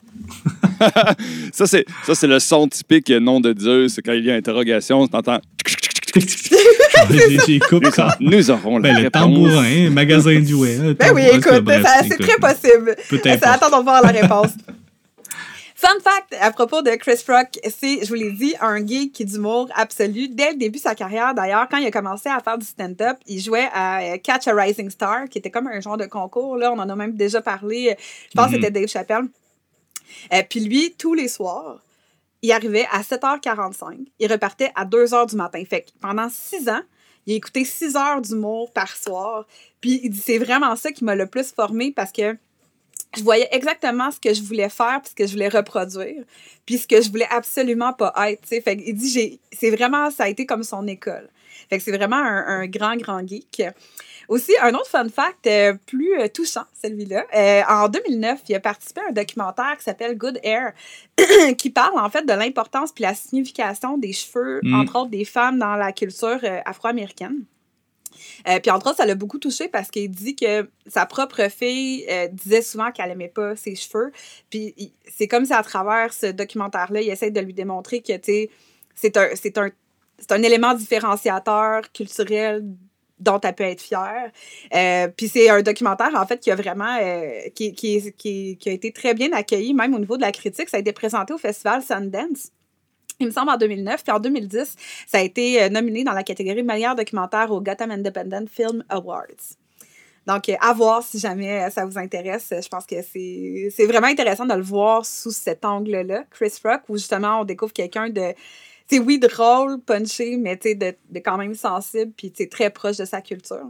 Speaker 2: Ça, c'est, ça, c'est le son typique nom de Dieu. C'est quand il y a interrogation, t'entends.
Speaker 3: J'ai j'ai coupé ça.
Speaker 2: Nous aurons la
Speaker 3: Ben, le
Speaker 2: réponse.
Speaker 3: tambourin, magasin de jouets. hein,
Speaker 1: Ben oui,
Speaker 3: tambourin,
Speaker 1: écoute,
Speaker 3: bref,
Speaker 1: ça, c'est
Speaker 3: écoute,
Speaker 1: très possible.
Speaker 3: Peu
Speaker 1: Ça
Speaker 3: importe.
Speaker 1: attend de voir la réponse. Fun fact à propos de Chris Rock, c'est, je vous l'ai dit, un geek d'humour absolu. Dès le début de sa carrière, d'ailleurs, quand il a commencé à faire du stand-up, il jouait à euh, Catch a Rising Star, qui était comme un genre de concours. Là, on en a même déjà parlé. Je pense
Speaker 3: Mhm.
Speaker 1: que c'était Dave Chappelle. Euh, puis lui, tous les soirs, il arrivait à sept heures quarante-cinq. Il repartait à deux heures du matin. Fait que pendant six ans, il a écouté six heures d'humour par soir. Puis il dit, c'est vraiment ça qui m'a le plus formé parce que je voyais exactement ce que je voulais faire puis ce que je voulais reproduire puis ce que je voulais absolument pas être, tu sais. Fait qu'il dit, j'ai, c'est vraiment, ça a été comme son école. Fait que c'est vraiment un, un grand, grand geek. Aussi, un autre fun fact euh, plus euh, touchant, celui-là. Euh, en deux mille neuf, il a participé à un documentaire qui s'appelle Good Hair, qui parle en fait de l'importance puis la signification des cheveux,
Speaker 3: Mm.
Speaker 1: entre autres des femmes dans la culture euh, afro-américaine. Euh, puis entre autres, ça l'a beaucoup touché parce qu'il dit que sa propre fille euh, disait souvent qu'elle aimait pas ses cheveux. Puis il- c'est comme si à travers ce documentaire-là, il essaie de lui démontrer que, tu sais, c'est un, c'est un, c'est un élément différenciateur culturel dont elle peut être fière. Euh, puis c'est un documentaire, en fait, qui a vraiment... euh, qui, qui, qui, qui a été très bien accueilli, même au niveau de la critique. Ça a été présenté au festival Sundance. Il me semble en deux mille neuf. Puis en deux mille dix, ça a été euh, nominé dans la catégorie meilleur documentaire au Gotham Independent Film Awards. Donc, euh, à voir si jamais euh, ça vous intéresse. Je pense que c'est, c'est vraiment intéressant de le voir sous cet angle-là, Chris Rock, où justement on découvre quelqu'un de, tu sais, oui, drôle, punché, mais tu sais, de, de quand même sensible, puis tu sais, très proche de sa culture.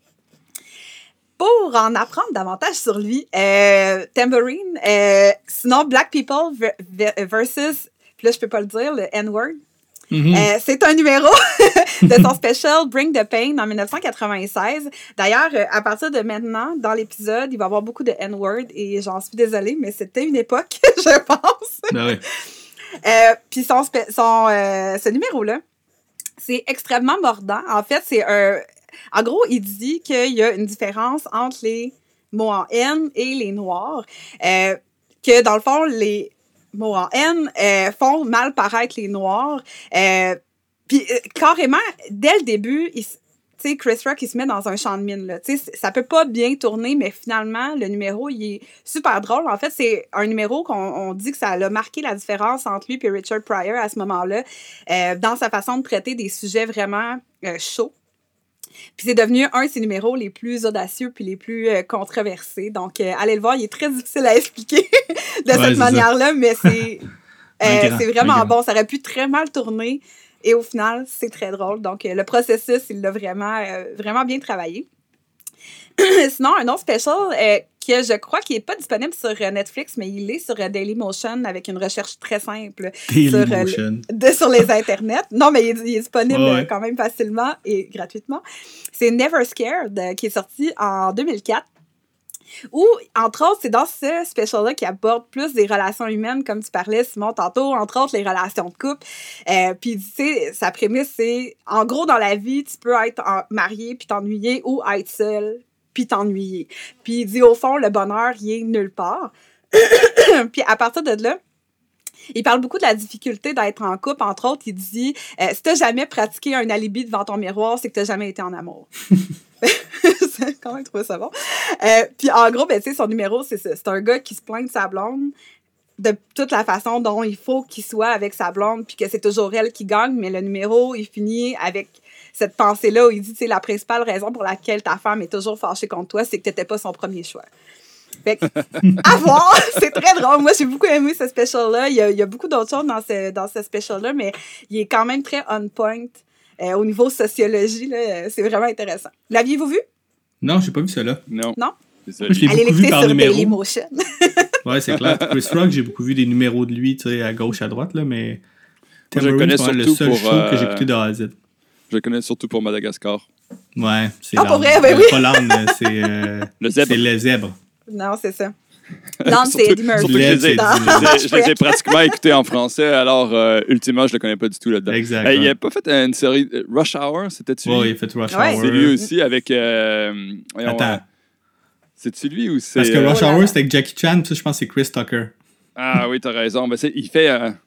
Speaker 1: Pour en apprendre davantage sur lui, euh, Tambourine, euh, sinon Black People ver- ver- versus, puis là je peux pas le dire, le N-word.
Speaker 3: Mm-hmm.
Speaker 1: Euh, c'est un numéro de son special Bring the Pain en dix-neuf cent quatre-vingt-seize. D'ailleurs, euh, à partir de maintenant, dans l'épisode, il va y avoir beaucoup de N-word et j'en suis désolée, mais c'était une époque, je pense.
Speaker 3: Ben oui.
Speaker 1: Euh, Puis son, spe- son euh, ce numéro-là, c'est extrêmement mordant. En fait, c'est un... En gros, il dit qu'il y a une différence entre les mots en N et les noirs. Euh, que dans le fond, les mots en N euh, font mal paraître les noirs. Euh, Puis euh, carrément, dès le début, il, tu sais, Chris Rock, il se met dans un champ de mine. Là. Tu sais, ça peut pas bien tourner, mais finalement, le numéro, il est super drôle. En fait, c'est un numéro qu'on on dit que ça a marqué la différence entre lui et Richard Pryor à ce moment-là, euh, dans sa façon de traiter des sujets vraiment euh, chauds. Puis c'est devenu un de ses numéros les plus audacieux puis les plus euh, controversés. Donc, euh, allez le voir, il est très difficile à expliquer de
Speaker 3: Ouais,
Speaker 1: cette manière-là, mais c'est, euh,
Speaker 3: grand,
Speaker 1: c'est vraiment
Speaker 3: grand.
Speaker 1: bon. Ça aurait pu très mal tourner et au final, c'est très drôle. Donc, euh, le processus, il l'a vraiment, euh, vraiment bien travaillé. Sinon, un autre special euh, que je crois qu'il n'est pas disponible sur euh, Netflix, mais il est sur euh, Dailymotion avec une recherche très simple sur, euh,
Speaker 3: Dailymotion.
Speaker 1: de, sur les internets. Non, mais il est, il est disponible
Speaker 3: Ouais, ouais.
Speaker 1: euh, quand même facilement et gratuitement. C'est Never Scared euh, qui est sorti en deux mille quatre. Où, entre autres, c'est dans ce special-là qui aborde plus des relations humaines, comme tu parlais, Simon, tantôt, entre autres, les relations de couple. Euh, puis, tu sais, sa prémisse, c'est, en gros, dans la vie, tu peux être en- marié puis t'ennuyer ou être seul puis t'ennuyer. Puis, il dit, au fond, le bonheur, il est nulle part. Puis, à partir de là, il parle beaucoup de la difficulté d'être en couple. Entre autres, il dit, euh, si t'as jamais pratiqué un alibi devant ton miroir, c'est que t'as jamais été en amour. C'est quand même trouvé ça bon. Euh, puis en gros, ben, tu sais, son numéro, c'est ça. C'est un gars qui se plaint de sa blonde, de toute la façon dont il faut qu'il soit avec sa blonde, puis que c'est toujours elle qui gagne, mais le numéro, il finit avec cette pensée-là où il dit, tu sais, la principale raison pour laquelle ta femme est toujours fâchée contre toi, c'est que t'étais pas son premier choix. Fait que, à voir, c'est très drôle. Moi, j'ai beaucoup aimé ce special-là. Il y a, il y a beaucoup d'autres choses dans ce, dans ce special-là, mais il est quand même très on point euh, au niveau sociologie. Là, c'est vraiment intéressant. L'aviez-vous vu?
Speaker 3: Non, j'ai pas vu ça là.
Speaker 2: Non.
Speaker 1: Non?
Speaker 2: Désolé.
Speaker 3: Moi, je l'ai
Speaker 1: Allez
Speaker 3: beaucoup vu
Speaker 1: l'écouter
Speaker 3: par
Speaker 1: sur
Speaker 3: numéro.
Speaker 1: Dailymotion.
Speaker 3: Ouais, c'est clair. Chris Rock, j'ai beaucoup vu des numéros de lui, tu sais, à gauche, à droite, là, mais.
Speaker 2: Moi, je le connais
Speaker 3: Tambourine, c'est pas mal le
Speaker 2: surtout
Speaker 3: seul
Speaker 2: pour,
Speaker 3: show
Speaker 2: euh,
Speaker 3: que j'ai écouté de A à Z.
Speaker 2: Je le connais surtout pour Madagascar.
Speaker 3: Ouais, c'est
Speaker 1: Ah, pour
Speaker 3: l'âne.
Speaker 1: vrai? Ben
Speaker 3: Euh,
Speaker 1: oui.
Speaker 3: Pas l'âne, c'est. euh,
Speaker 2: Le zèbre.
Speaker 3: C'est le zèbre.
Speaker 1: Non, c'est ça. Non, c'est
Speaker 2: Surtout-
Speaker 1: Eddie Murphy.
Speaker 2: surtout que je les ai-
Speaker 3: Dans-
Speaker 2: je les ai- je les ai pratiquement écoutés en français, alors euh, ultimement, je le connais pas du tout là-dedans.
Speaker 3: Exact.
Speaker 2: Euh, il
Speaker 3: ouais.
Speaker 2: a pas fait une série euh, Rush Hour, c'était-tu
Speaker 3: Ouais,
Speaker 2: lui?
Speaker 3: il a fait Rush
Speaker 1: Ouais.
Speaker 3: Hour.
Speaker 2: C'est lui aussi avec... euh, voyons,
Speaker 3: Attends.
Speaker 2: euh, c'est-tu lui ou c'est...
Speaker 3: Parce que
Speaker 2: euh,
Speaker 3: Rush
Speaker 1: Oh là
Speaker 3: Hour,
Speaker 1: là.
Speaker 3: c'était avec Jackie Chan, puis ça, je pense que c'est Chris Tucker.
Speaker 2: Ah oui, t'as raison. Ben, c'est- il fait... euh,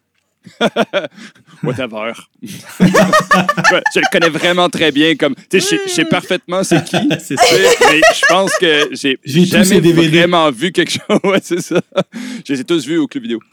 Speaker 2: Whatever. Ouais, je le connais vraiment très bien. Comme, tu sais, je sais- je sais parfaitement c'est qui.
Speaker 3: c'est
Speaker 2: Tu
Speaker 3: ça.
Speaker 2: sais, mais je pense que j'ai
Speaker 3: J'ai tous
Speaker 2: jamais
Speaker 3: ses D V D.
Speaker 2: vraiment vu quelque chose. Ouais, c'est ça. Je les ai tous vus au club vidéo.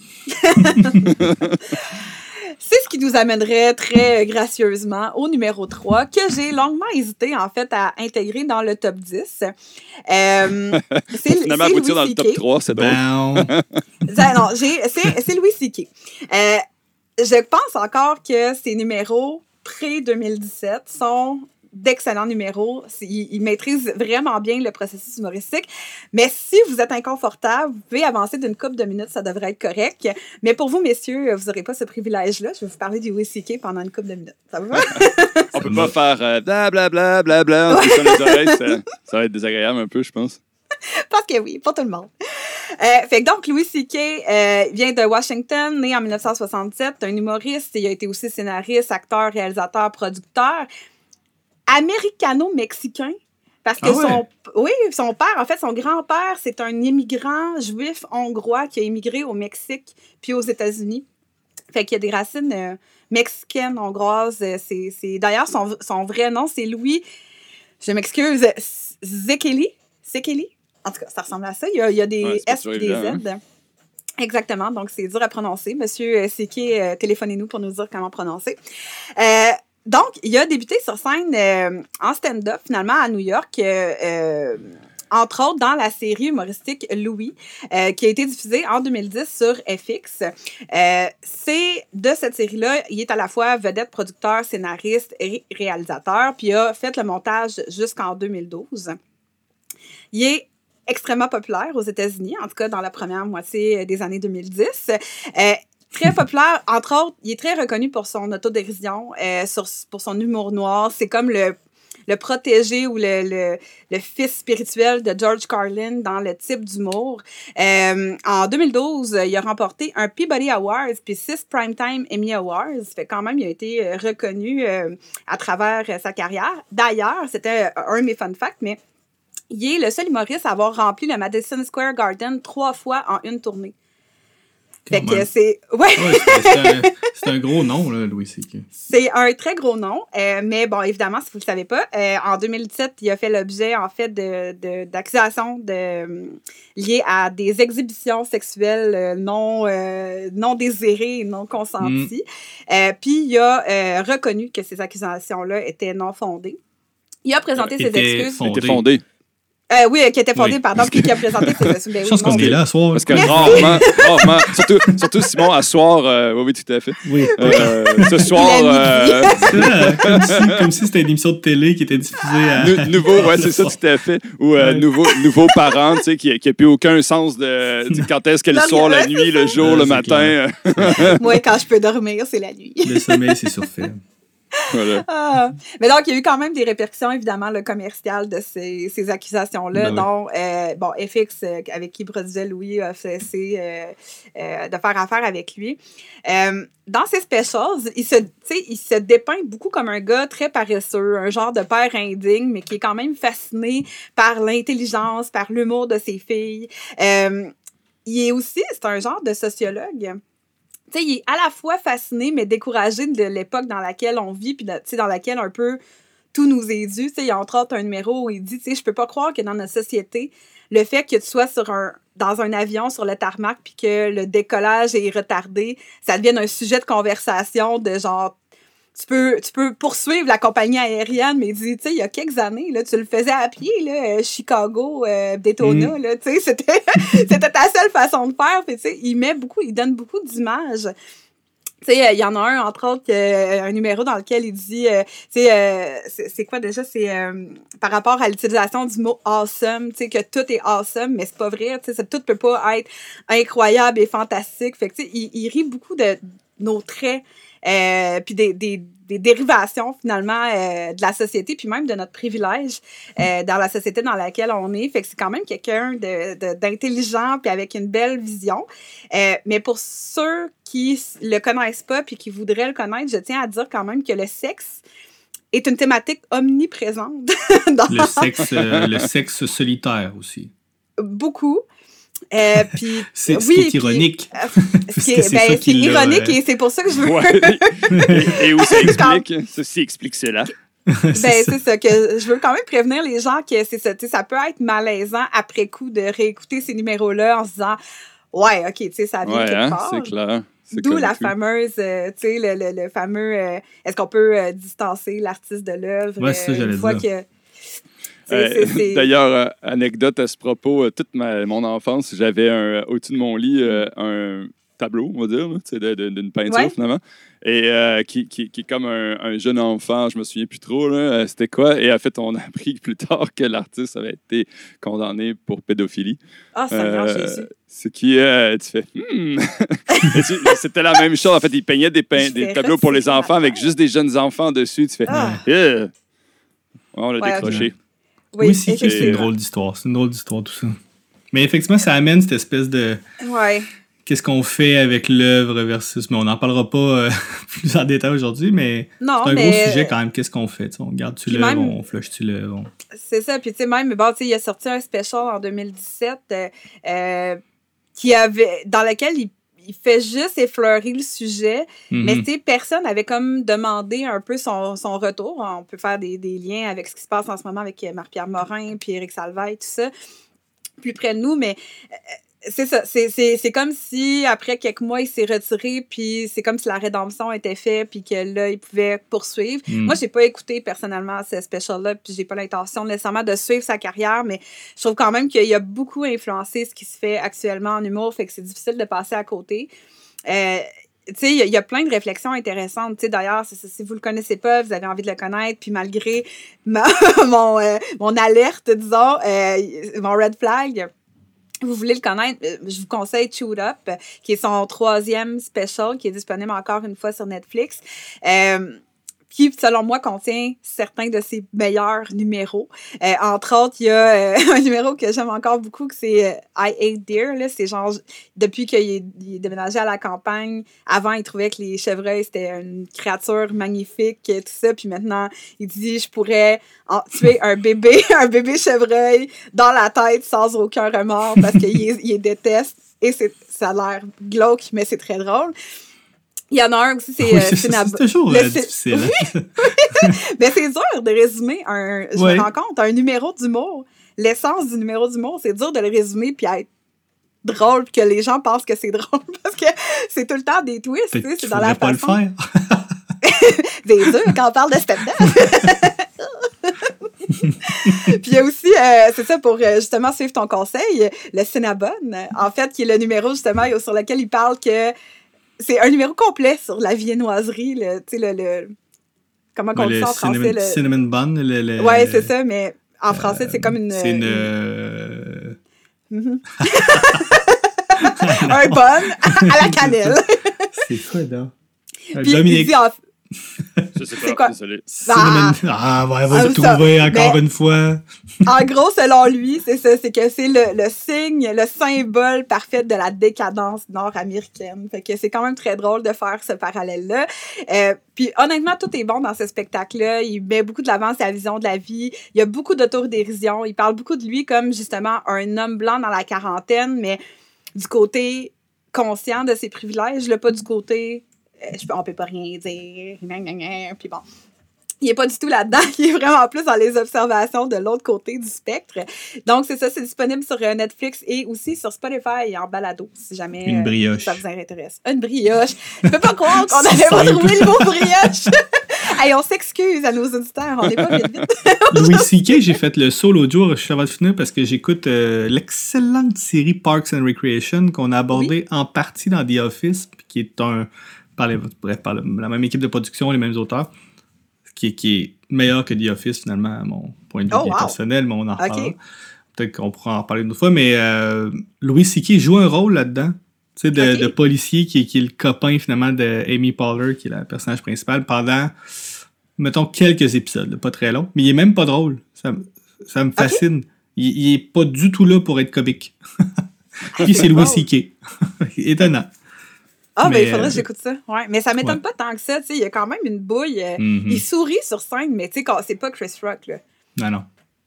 Speaker 1: C'est ce qui nous amènerait très gracieusement au numéro trois, que j'ai longuement hésité, en fait, à intégrer dans le top dix. Euh, c'est
Speaker 2: Finalement,
Speaker 1: c'est
Speaker 2: aboutir dans le
Speaker 1: Louis
Speaker 2: top
Speaker 1: C K.
Speaker 2: trois, c'est drôle.
Speaker 3: Ben,
Speaker 1: Ça, non, j'ai- c'est c'est Louis C K. Euh, je pense encore que ces numéros pré-deux mille dix-sept sont d'excellents numéros. C'est- Ils, ils maîtrisent vraiment bien le processus humoristique. Mais si vous êtes inconfortable, vous pouvez avancer d'une couple de minutes, ça devrait être correct. Mais pour vous, messieurs, vous n'aurez pas ce privilège-là. Je vais vous parler du Louis C K pendant une couple de minutes. Ça vous va?
Speaker 2: On peut pas faire euh, blablabla, bla, en se touchant les oreilles. Ça, ça va être désagréable un peu, je pense.
Speaker 1: Parce que oui, pas tout le monde. Euh, fait que donc, Louis C K euh, vient de Washington, né en dix-neuf cent soixante-sept, un humoriste. Il a été aussi scénariste, acteur, réalisateur, producteur. Américano-mexicain. Parce que
Speaker 3: Ah ouais?
Speaker 1: son, oui, son père, en fait, son grand-père, c'est un immigrant juif hongrois qui a immigré au Mexique puis aux États-Unis. Fait qu'il y a des racines euh, mexicaines, hongroises. euh, C'est, c'est... D'ailleurs, son, son vrai nom, c'est Louis, je m'excuse, Zekeli. Zekeli? En tout cas, ça ressemble à ça. Il y a, il y a des
Speaker 2: Ouais, c'est pas
Speaker 1: S
Speaker 2: sûr
Speaker 1: et des
Speaker 2: évident,
Speaker 1: Z. Exactement, donc c'est dur à prononcer. Monsieur C K, euh, téléphonez-nous pour nous dire comment prononcer. Euh, donc, il a débuté sur scène euh, en stand-up, finalement, à New York, euh, euh, entre autres dans la série humoristique Louis, euh, qui a été diffusée en deux mille dix sur F X. Euh, c'est de cette série-là, il est à la fois vedette, producteur, scénariste et réalisateur, puis il a fait le montage jusqu'en deux mille douze. Il est extrêmement populaire aux États-Unis, en tout cas dans la première moitié des années deux mille dix. Euh, très populaire. Entre autres, il est très reconnu pour son autodérision, euh, sur, pour son humour noir. C'est comme le, le protégé ou le, le, le fils spirituel de George Carlin dans le type d'humour. Euh, en deux mille douze, il a remporté un Peabody Awards puis six Primetime Emmy Awards. Fait quand même, il a été euh, reconnu euh, à travers euh, sa carrière. D'ailleurs, c'était un de mes fun facts, mais il est le seul humoriste à avoir rempli le Madison Square Garden trois fois en une tournée. Fait
Speaker 3: Quand
Speaker 1: que
Speaker 3: même.
Speaker 1: c'est... Ouais.
Speaker 3: Ouais, c'est, c'est, un, c'est un gros nom, là, Louis C K.
Speaker 1: C'est un très gros nom, euh, mais bon, évidemment, si vous ne le savez pas, euh, en deux mille dix-sept, il a fait l'objet, en fait, de, de, d'accusations de, euh, liées à des exhibitions sexuelles euh, non, euh, non désirées et non consenties. Mm. Euh, puis, il a euh, reconnu que ces accusations-là étaient non fondées. Il a présenté ses excuses.
Speaker 2: Fondé. Était fondé.
Speaker 1: Euh, oui, qui était fondé,
Speaker 3: oui.
Speaker 1: pardon, puis qui a présenté ses excuses. Ben,
Speaker 3: je pense
Speaker 1: oui,
Speaker 3: qu'on est là à soir.
Speaker 2: Parce que rarement, rarement, surtout, surtout Simon, à soir, euh, oui, oui, tout à fait.
Speaker 3: Oui.
Speaker 2: Euh, ce soir, euh,
Speaker 3: c'est là, comme, si, comme si c'était une émission de télé qui était diffusée à...
Speaker 2: Nou- nouveau, ouais, c'est ça, tout à fait. Ou euh,
Speaker 3: ouais.
Speaker 2: nouveau, nouveau parent, tu sais, qui n'a plus aucun sens de, de quand est-ce que le soir, la nuit, le jour,
Speaker 3: ouais,
Speaker 2: le matin.
Speaker 1: Moi, quand je peux dormir, c'est la nuit.
Speaker 3: Le sommeil, c'est surfait.
Speaker 1: Voilà. Ah. Mais donc, il y a eu quand même des répercussions, évidemment, le commercial de ces, ces accusations-là, ben dont, oui. euh, bon, F X, euh, avec qui produisait Louis, a cessé euh, euh, de faire affaire avec lui. Euh, dans ses specials, il se, il se dépeint beaucoup comme un gars très paresseux, un genre de père indigne, mais qui est quand même fasciné par l'intelligence, par l'humour de ses filles. Euh, il est aussi, c'est un genre de sociologue. Tu sais, il est à la fois fasciné, mais découragé de l'époque dans laquelle on vit, puis dans laquelle un peu tout nous est dû. Tu sais, il y a entre autres un numéro où il dit, tu sais, je peux pas croire que dans notre société, le fait que tu sois sur un, dans un avion sur le tarmac, puis que le décollage est retardé, ça devienne un sujet de conversation de genre, tu peux, tu peux poursuivre la compagnie aérienne, mais il dit, tu sais, il y a quelques années, là, tu le faisais à pied, là, Chicago, euh, Daytona, mm. là, tu sais, c'était, c'était ta seule façon de faire. Puis, tu sais, il met beaucoup, il donne beaucoup d'images. Tu sais, il y en a un, entre autres, euh, un numéro dans lequel il dit, euh, tu sais, euh, c'est, c'est quoi déjà? C'est euh, par rapport à l'utilisation du mot « awesome », tu sais, que tout est « awesome », mais c'est pas vrai, tu sais, tout peut pas être incroyable et fantastique. Fait que, tu sais, il, il rit beaucoup de nos traits, euh, puis des, des, des dérivations, finalement, euh, de la société, puis même de notre privilège euh, dans la société dans laquelle on est. Fait que c'est quand même quelqu'un de, de, d'intelligent, puis avec une belle vision. Euh, mais pour ceux qui le connaissent pas puis qui voudraient le connaître, je tiens à dire quand même que le sexe est une thématique omniprésente. dans...
Speaker 3: Le sexe, euh, le sexe solitaire aussi.
Speaker 1: Beaucoup. Euh, puis,
Speaker 3: c'est ce
Speaker 1: oui,
Speaker 3: qui est ironique.
Speaker 1: Puis, euh, c'est, c'est, ben, c'est ironique euh... et c'est pour ça que je veux...
Speaker 2: Ouais. et, et où ça explique, ceci explique cela.
Speaker 1: Ben, c'est, c'est ça, que je veux quand même prévenir les gens que c'est ça, ça peut être malaisant après coup de réécouter ces numéros-là en se disant « Ouais, OK, tu sais, ça vient
Speaker 2: ouais,
Speaker 1: quelque
Speaker 2: hein,
Speaker 1: part. »
Speaker 2: C'est clair. C'est
Speaker 1: D'où la
Speaker 2: tout.
Speaker 1: fameuse, euh, tu sais, le, le, le fameux euh, est-ce qu'on peut euh, distancer l'artiste de l'œuvre
Speaker 3: ouais, ça,
Speaker 1: euh, une fois
Speaker 3: dire.
Speaker 1: que.
Speaker 2: Euh, c'est, c'est... D'ailleurs, euh, anecdote à ce propos, euh, toute ma, mon enfance, j'avais un, au-dessus de mon lit euh, un tableau, on va dire, là, de, de, d'une peinture ouais. finalement, et euh, qui, qui, qui est comme un, un jeune enfant, je me souviens plus trop, là, euh, c'était quoi, et en fait, on a appris plus tard que l'artiste avait été condamné pour pédophilie.
Speaker 1: Ah, oh, Seigneur euh, Jésus.
Speaker 2: Ce qui, euh, tu fais, hmm. tu, c'était la même chose, en fait, il peignait des, pein- des tableaux pour les enfants avec juste des jeunes enfants dessus, tu fais, ah. yeah. On l'a
Speaker 1: ouais,
Speaker 2: décroché.
Speaker 1: Okay. Oui,
Speaker 3: oui c'est, c'est une drôle d'histoire. C'est une drôle d'histoire, tout ça. Mais effectivement, ça amène cette espèce de...
Speaker 1: Ouais.
Speaker 3: Qu'est-ce qu'on fait avec l'œuvre versus... Mais on n'en parlera pas euh, plus en détail aujourd'hui, mais
Speaker 1: non,
Speaker 3: c'est un
Speaker 1: mais...
Speaker 3: gros sujet quand même. Qu'est-ce qu'on fait? T'sais, on garde-tu l'œuvre, même... on flush-tu l'œuvre? On...
Speaker 1: C'est ça. Puis, tu sais, même, bon, tu sais, il a sorti un special en deux mille dix-sept euh, euh, qui avait... dans lequel il il fait juste effleurer le sujet, mm-hmm. mais tu sais, personne n'avait comme demandé un peu son, son retour. On peut faire des, des liens avec ce qui se passe en ce moment avec Marc-Pierre Morin, puis Éric Salvaille, tout ça, plus près de nous, mais euh, c'est ça, c'est, c'est, c'est comme si, après quelques mois, il s'est retiré, puis c'est comme si la rédemption était faite, puis que là, il pouvait poursuivre. Mm. Moi, j'ai pas écouté personnellement ce special-là, puis j'ai pas l'intention nécessairement de suivre sa carrière, mais je trouve quand même qu'il a beaucoup influencé ce qui se fait actuellement en humour, fait que c'est difficile de passer à côté. Euh, tu sais, il y, y a plein de réflexions intéressantes. Tu sais, d'ailleurs, c'est, c'est, si vous le connaissez pas, vous avez envie de le connaître, puis malgré ma, mon, euh, mon alerte, disons, euh, mon red flag, vous voulez le connaître, je vous conseille Chewed Up, qui est son troisième special, qui est disponible encore une fois sur Netflix. Euh, qui, selon moi, contient certains de ses meilleurs numéros. Euh, entre autres, il y a euh, un numéro que j'aime encore beaucoup, que c'est euh, I Hate Deer. Là. C'est genre, depuis qu'il est, il est déménagé à la campagne, avant, il trouvait que les chevreuils, c'était une créature magnifique, tout ça. Puis maintenant, il dit, je pourrais en tuer un bébé, un bébé chevreuil dans la tête sans aucun remords parce qu'il il les déteste. Et c'est, ça a l'air glauque, mais c'est très drôle. Il y en a un aussi, c'est...
Speaker 3: Oui,
Speaker 1: euh,
Speaker 3: c'est, c'est, c'est toujours
Speaker 1: le,
Speaker 3: euh, difficile.
Speaker 1: Oui. Mais c'est dur de résumer un... Je
Speaker 3: ouais.
Speaker 1: me rends compte, un numéro d'humour. L'essence du numéro d'humour, c'est dur de le résumer puis être drôle puis que les gens pensent que c'est drôle parce que c'est tout le temps des twists. Tu sais, c'est dans la
Speaker 3: pas
Speaker 1: façon.
Speaker 3: le faire.
Speaker 1: C'est dur quand on parle de stand-up. Puis il y a aussi, euh, c'est ça, pour euh, justement suivre ton conseil, le Cinnabon, en fait, qui est le numéro justement sur lequel il parle que c'est un numéro complet sur la viennoiserie, le, tu sais, le, le... Comment on dit ça en
Speaker 3: cinnamon,
Speaker 1: français? Le
Speaker 3: cinnamon bun. Le, le,
Speaker 1: ouais, c'est ça, mais en français, euh, c'est comme une...
Speaker 3: C'est une...
Speaker 1: une...
Speaker 3: Euh...
Speaker 1: Mm-hmm. Un bun à la cannelle.
Speaker 3: C'est quoi, là?
Speaker 1: Puis Dominique. Il dit en...
Speaker 2: Je sais pas, c'est quoi? Désolé.
Speaker 3: Ah, ah ouais, va le trouver ça. Encore mais, une fois.
Speaker 1: En gros, selon lui, c'est ça, c'est que c'est le, le signe, le symbole parfait de la décadence nord-américaine. Fait que c'est quand même très drôle de faire ce parallèle-là. Euh, puis honnêtement, tout est bon dans ce spectacle-là. Il met beaucoup de l'avant sa vision de la vie. Il y a beaucoup d'autodérision. Il parle beaucoup de lui comme justement un homme blanc dans la quarantaine, mais du côté conscient de ses privilèges, là, pas du côté... Je peux, on peut pas rien dire, puis bon. Il est pas du tout là-dedans, il est vraiment plus dans les observations de l'autre côté du spectre. Donc, c'est ça, c'est disponible sur Netflix et aussi sur Spotify et en balado, si jamais
Speaker 3: Une brioche.
Speaker 1: ça vous intéresse. Une brioche. Je peux pas croire qu'on n'avait pas trouvé le mot brioche. Hey, on s'excuse à nos auditeurs, on n'est pas vite vite.
Speaker 3: Louis C K, j'ai fait le saut l'autre jour, je suis avant de finir parce que j'écoute euh, l'excellente série Parks and Recreation qu'on a abordée oui. en partie dans The Office, qui est un... par les, bref, par le, la même équipe de production, les mêmes auteurs, qui, qui est meilleur que The Office, finalement, à mon point de vue
Speaker 1: oh, wow.
Speaker 3: personnel, mais on en reparlera.
Speaker 1: Okay.
Speaker 3: Peut-être qu'on pourra en parler une autre fois, mais euh, Louis C K joue un rôle là-dedans, tu sais, de, okay. de policier qui, qui est le copain, finalement, de Amy Poehler, qui est la personnage principale, pendant, mettons, quelques épisodes, là, pas très long, mais il est même pas drôle. Ça, ça me fascine. Okay. Il, il est pas du tout là pour être comique. Puis c'est Louis C K. Étonnant.
Speaker 1: Ah, mais, ben, il faudrait euh, que j'écoute ça. Ouais. Mais ça m'étonne ouais. pas tant que ça. Il y a quand même une bouille. Euh, mm-hmm. Il sourit sur scène, mais tu sais, c'est pas Chris Rock. Là.
Speaker 3: Non, non.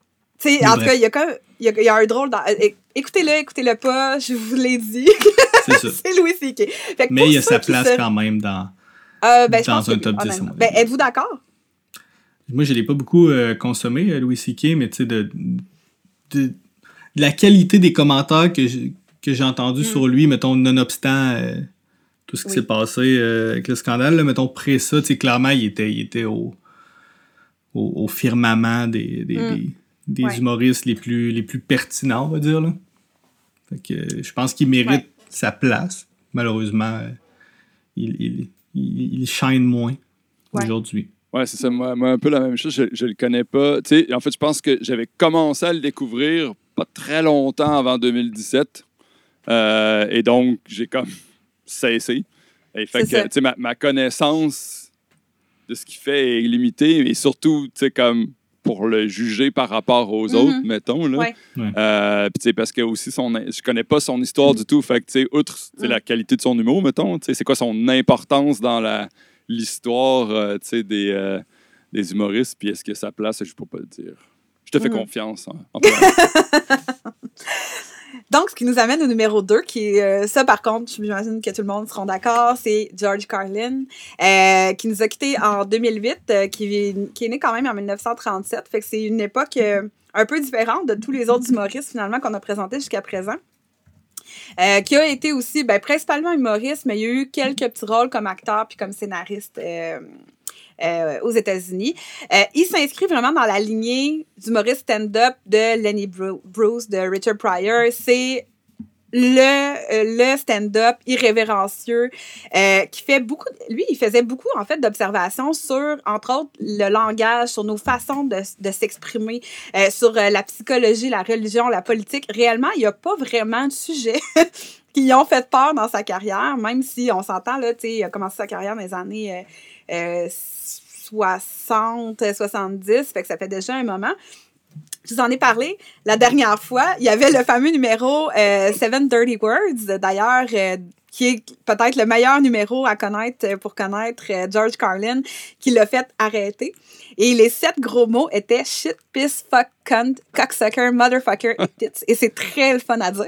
Speaker 1: Tu sais, en bref. tout cas, il y a quand même, il y a, il y a un drôle dans... Écoutez-le, écoutez-le pas, je vous l'ai dit.
Speaker 3: C'est ça.
Speaker 1: C'est Louis C K.
Speaker 3: Mais il y a sa place se... quand même dans,
Speaker 1: euh, ben,
Speaker 3: dans un top
Speaker 1: dix.
Speaker 3: dix.
Speaker 1: Ben, êtes-vous d'accord?
Speaker 3: Moi, je l'ai pas beaucoup euh, consommé, Louis C K, mais tu sais, de, de, de la qualité des commentaires que j'ai, que j'ai entendus mm. sur lui, mettons, nonobstant... Euh, tout ce qui oui. s'est passé euh, avec le scandale, là, mettons, près ça, tu sais, clairement, il était, il était au, au, au firmament des, des, mm. des, des ouais. humoristes les plus, les plus pertinents, on va dire, là. Fait que euh, je pense qu'il mérite ouais. sa place. Malheureusement, euh, il, il, il, il shine moins ouais. aujourd'hui.
Speaker 2: Ouais, c'est ça. Moi, moi, un peu la même chose. Je, je le connais pas. Tu sais, en fait, je pense que j'avais commencé à le découvrir pas très longtemps avant deux mille dix-sept. Euh, et donc, j'ai comme... cessé. Et fait c'est que, tu sais, ma, ma connaissance de ce qu'il fait est limitée, et surtout, tu sais, comme pour le juger par rapport aux mm-hmm. autres, mettons, là.
Speaker 1: Ouais.
Speaker 2: Euh, puis, tu sais, parce que aussi, son, je connais pas son histoire mm-hmm. du tout. Fait que, tu sais, outre mm-hmm. la qualité de son humour, mettons, tu sais, c'est quoi son importance dans la, l'histoire, euh, tu sais, des, euh, des humoristes, puis est-ce que sa place, je peux pas le dire. Je te fais mm-hmm. confiance. Hein, en
Speaker 1: Donc, ce qui nous amène au numéro deux, qui est euh, ça, par contre, j'imagine que tout le monde sera d'accord, c'est George Carlin, euh, qui nous a quittés en deux mille huit, euh, qui, est, qui est né quand même en dix-neuf cent trente-sept. Fait que c'est une époque euh, un peu différente de tous les autres humoristes, finalement, qu'on a présentés jusqu'à présent. Euh, qui a été aussi, ben, principalement humoriste, mais il y a eu quelques petits rôles comme acteur puis comme scénariste euh, euh, aux États-Unis. Euh, il s'inscrit vraiment dans la lignée d'humoriste stand-up de Lenny Bruce, de Richard Pryor. C'est le, le stand-up irrévérencieux euh, qui fait beaucoup... Lui, il faisait beaucoup, en fait, d'observations sur, entre autres, le langage, sur nos façons de, de s'exprimer, euh, sur euh, la psychologie, la religion, la politique. Réellement, il n'y a pas vraiment de sujet qui ont fait peur dans sa carrière, même si on s'entend, là, tu sais, il a commencé sa carrière dans les années euh, euh, soixante, soixante-dix, fait que ça fait déjà un moment. Je vous en ai parlé la dernière fois. Il y avait le fameux numéro euh, Seven Dirty Words, d'ailleurs, euh, qui est peut-être le meilleur numéro à connaître pour connaître euh, George Carlin, qui l'a fait arrêter. Et les sept gros mots étaient shit, piss, fuck, cunt, cocksucker, motherfucker et tits. Et c'est très le fun à dire.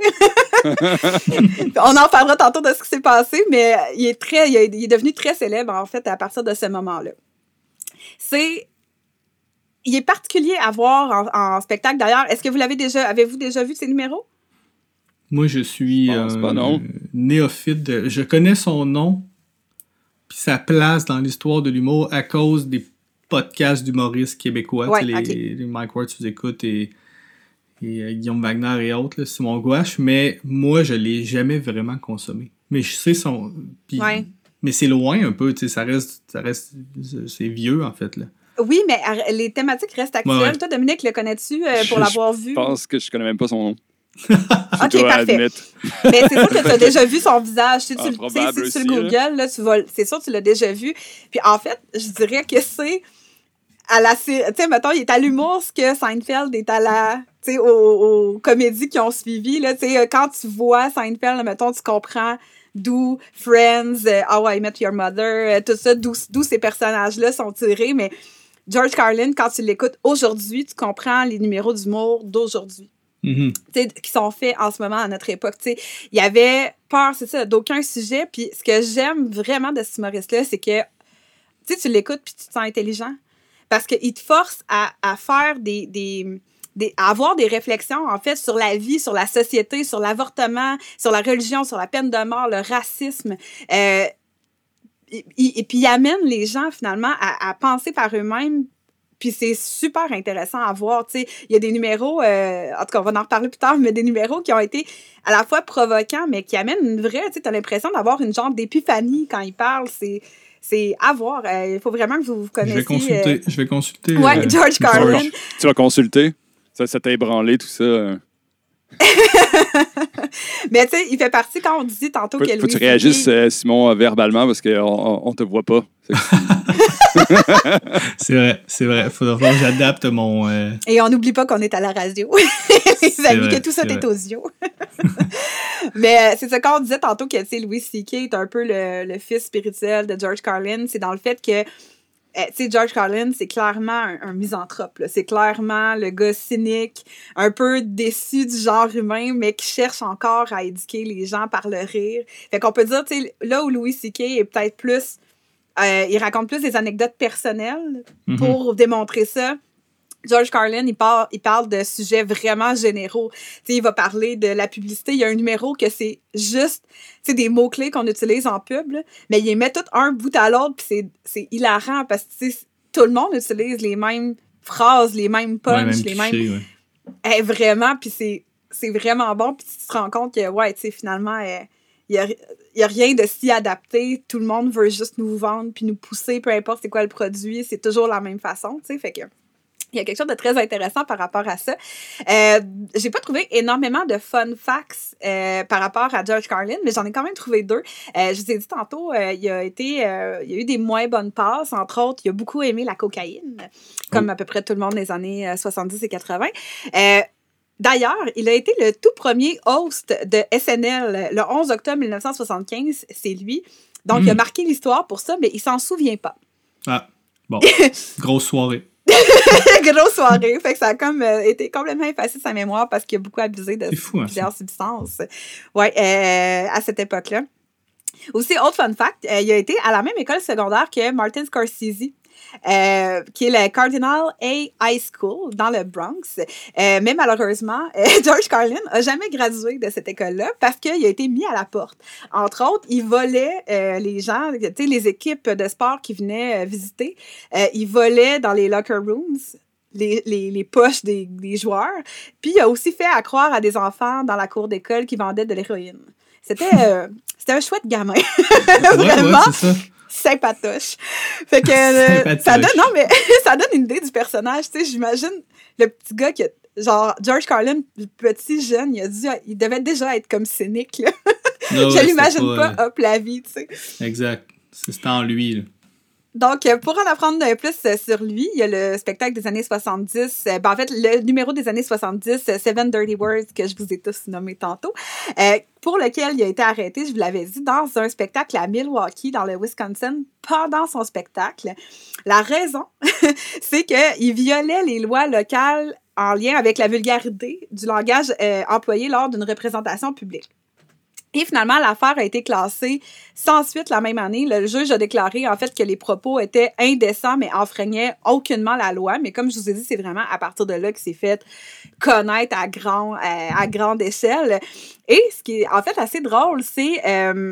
Speaker 1: On en parlera tantôt de ce qui s'est passé, mais il est, très, il est, il est devenu très célèbre, en fait, à partir de ce moment-là. C'est... Il est particulier à voir en, en spectacle. D'ailleurs, est-ce que vous l'avez déjà... Avez-vous déjà vu ces numéros?
Speaker 3: Moi, je suis
Speaker 2: je
Speaker 3: euh,
Speaker 2: pas, non.
Speaker 3: néophyte. De, je connais son nom puis sa place dans l'histoire de l'humour à cause des podcasts d'humoristes québécois.
Speaker 1: Ouais,
Speaker 3: les,
Speaker 1: okay.
Speaker 3: les Mike Ward, vous écoute, et, et euh, Guillaume Wagner et autres, là, Simon Gouache. Mais moi, je ne l'ai jamais vraiment consommé. Mais je sais son... Pis,
Speaker 1: ouais.
Speaker 3: Mais c'est loin un peu. Ça reste, ça reste... C'est vieux, en fait, là.
Speaker 1: Oui, mais les thématiques restent actuelles. Ouais, ouais. Toi, Dominique, le connais-tu euh, pour
Speaker 2: je,
Speaker 1: l'avoir vu?
Speaker 2: Je pense que je connais même pas son nom.
Speaker 1: OK, parfait. Mais c'est sûr que tu as déjà vu son visage. Si tu,
Speaker 2: ah,
Speaker 1: tu
Speaker 2: probable
Speaker 1: si
Speaker 2: aussi,
Speaker 1: tu le googles, là, tu vas, c'est sûr que tu l'as déjà vu. Puis en fait, je dirais que c'est à la... Tu sais, mettons, il est à l'humour ce que Seinfeld est à la... Tu sais, aux, aux comédies qui ont suivi. Tu sais, quand tu vois Seinfeld, là, mettons, tu comprends... d'où Friends, uh, How I Met Your Mother, uh, tout ça, d'où, d'où ces personnages-là sont tirés. Mais George Carlin, quand tu l'écoutes aujourd'hui, tu comprends les numéros d'humour d'aujourd'hui. Mm-hmm. Qui sont faits en ce moment à notre époque. Il y avait peur, c'est ça, d'aucun sujet. Puis ce que j'aime vraiment de ce humoriste-là, c'est que tu l'écoutes puis tu te sens intelligent. Parce qu'il te force à, à faire des... des Des, à avoir des réflexions, en fait, sur la vie, sur la société, sur l'avortement, sur la religion, sur la peine de mort, le racisme. Euh, et, et, et puis, il amène les gens, finalement, à, à penser par eux-mêmes. Puis c'est super intéressant à voir. Tu sais, il y a des numéros, euh, en tout cas, on va en reparler plus tard, mais des numéros qui ont été à la fois provocants, mais qui amènent une vraie... Tu sais, t'as l'impression d'avoir une genre d'épiphanie quand il parle. C'est... C'est à voir. Il euh, faut vraiment que vous vous connaissiez.
Speaker 3: Je vais consulter. Euh... Je vais consulter
Speaker 1: ouais, euh, George Carlin.
Speaker 2: Tu vas consulter? Ça, ça t'a ébranlé, tout ça.
Speaker 1: Mais tu sais, il fait partie, quand on disait tantôt
Speaker 2: faut,
Speaker 1: que
Speaker 2: Faut
Speaker 1: Louis
Speaker 2: que tu réagisses, euh, Simon, verbalement, parce qu'on on te voit pas.
Speaker 3: C'est vrai, c'est vrai. Faudra que j'adapte mon... Euh...
Speaker 1: Et on n'oublie pas qu'on est à la radio. Les amis, que tout ça est audio. Mais c'est ça, quand on disait tantôt que, tu sais, Louis C K est un peu le, le fils spirituel de George Carlin, c'est dans le fait que Euh, tu sais, George Carlin, c'est clairement un, un misanthrope. Là. C'est clairement le gars cynique, un peu déçu du genre humain, mais qui cherche encore à éduquer les gens par le rire. Fait qu'on peut dire, tu sais, là où Louis C K est peut-être plus... Euh, il raconte plus des anecdotes personnelles mm-hmm. pour démontrer ça. George Carlin, il parle, il parle de sujets vraiment généraux. T'sais, il va parler de la publicité. Il y a un numéro que c'est juste des mots-clés qu'on utilise en pub, là, mais il les met tout un bout à l'autre, puis c'est, c'est hilarant parce que tout le monde utilise les mêmes phrases, les mêmes punchs, ouais, les mêmes...
Speaker 3: Cliché, ouais.
Speaker 1: Eh, vraiment, puis c'est, c'est vraiment bon, puis tu te rends compte que, ouais, tu sais, finalement... Eh, il n'y a, y a rien de si adapté. Tout le monde veut juste nous vendre puis nous pousser, peu importe c'est quoi le produit. C'est toujours la même façon, tu sais, fait que... Il y a quelque chose de très intéressant par rapport à ça. Euh, j'ai pas trouvé énormément de fun facts euh, par rapport à George Carlin, mais j'en ai quand même trouvé deux. Euh, je vous ai dit tantôt, euh, il a été, euh, il y a eu des moins bonnes passes. Entre autres, il a beaucoup aimé la cocaïne, comme à peu près tout le monde des années soixante-dix et quatre-vingt. Euh, D'ailleurs, il a été le tout premier host de S N L le onze octobre dix-neuf cent soixante-quinze. C'est lui. Donc, mmh. il a marqué l'histoire pour ça, mais il s'en souvient pas.
Speaker 3: Ah, bon. Grosse soirée.
Speaker 1: Grosse soirée. Fait que ça a comme euh, été complètement effacé de sa mémoire parce qu'il a beaucoup abusé de
Speaker 3: fou,
Speaker 1: plusieurs
Speaker 3: hein,
Speaker 1: substances. Ouais, euh, à cette époque-là. Aussi, autre fun fact, euh, il a été à la même école secondaire que Martin Scorsese. Euh, qui est le Cardinal A High School dans le Bronx. Euh, mais malheureusement, euh, George Carlin n'a jamais gradué de cette école-là parce qu'il a été mis à la porte. Entre autres, il volait euh, les gens, tu sais, les équipes de sport qui venaient euh, visiter. Euh, il volait dans les locker rooms les, les, les poches des, des joueurs. Puis il a aussi fait à croire à des enfants dans la cour d'école qui vendaient de l'héroïne. C'était, euh, c'était un chouette gamin. Vraiment.
Speaker 3: Ouais, ouais, c'est ça.
Speaker 1: Sympatoche. Fait que euh, ça donne, non, mais ça donne une idée du personnage. Tu sais, j'imagine le petit gars qui a, genre, George Carlin, le petit jeune, il a dû, il devait déjà être comme cynique, là.
Speaker 3: No,
Speaker 1: Je
Speaker 3: ouais,
Speaker 1: l'imagine pas,
Speaker 3: pas,
Speaker 1: hop, la vie, tu sais.
Speaker 3: Exact. C'était en lui, là.
Speaker 1: Donc, pour en apprendre plus sur lui, il y a le spectacle des années soixante-dix. Ben, en fait, le numéro des années soixante-dix, Seven Dirty Words, que je vous ai tous nommés tantôt, euh, pour lequel il a été arrêté, je vous l'avais dit, dans un spectacle à Milwaukee, dans le Wisconsin, pendant son spectacle. La raison, c'est qu'il violait les lois locales en lien avec la vulgarité du langage euh, employé lors d'une représentation publique. Et finalement, l'affaire a été classée sans suite la même année. Le juge a déclaré, en fait, que les propos étaient indécents, mais enfreignaient aucunement la loi. Mais comme je vous ai dit, c'est vraiment à partir de là qu'il s'est fait connaître à, grand, à, à grande échelle. Et ce qui est, en fait, assez drôle, c'est... Euh,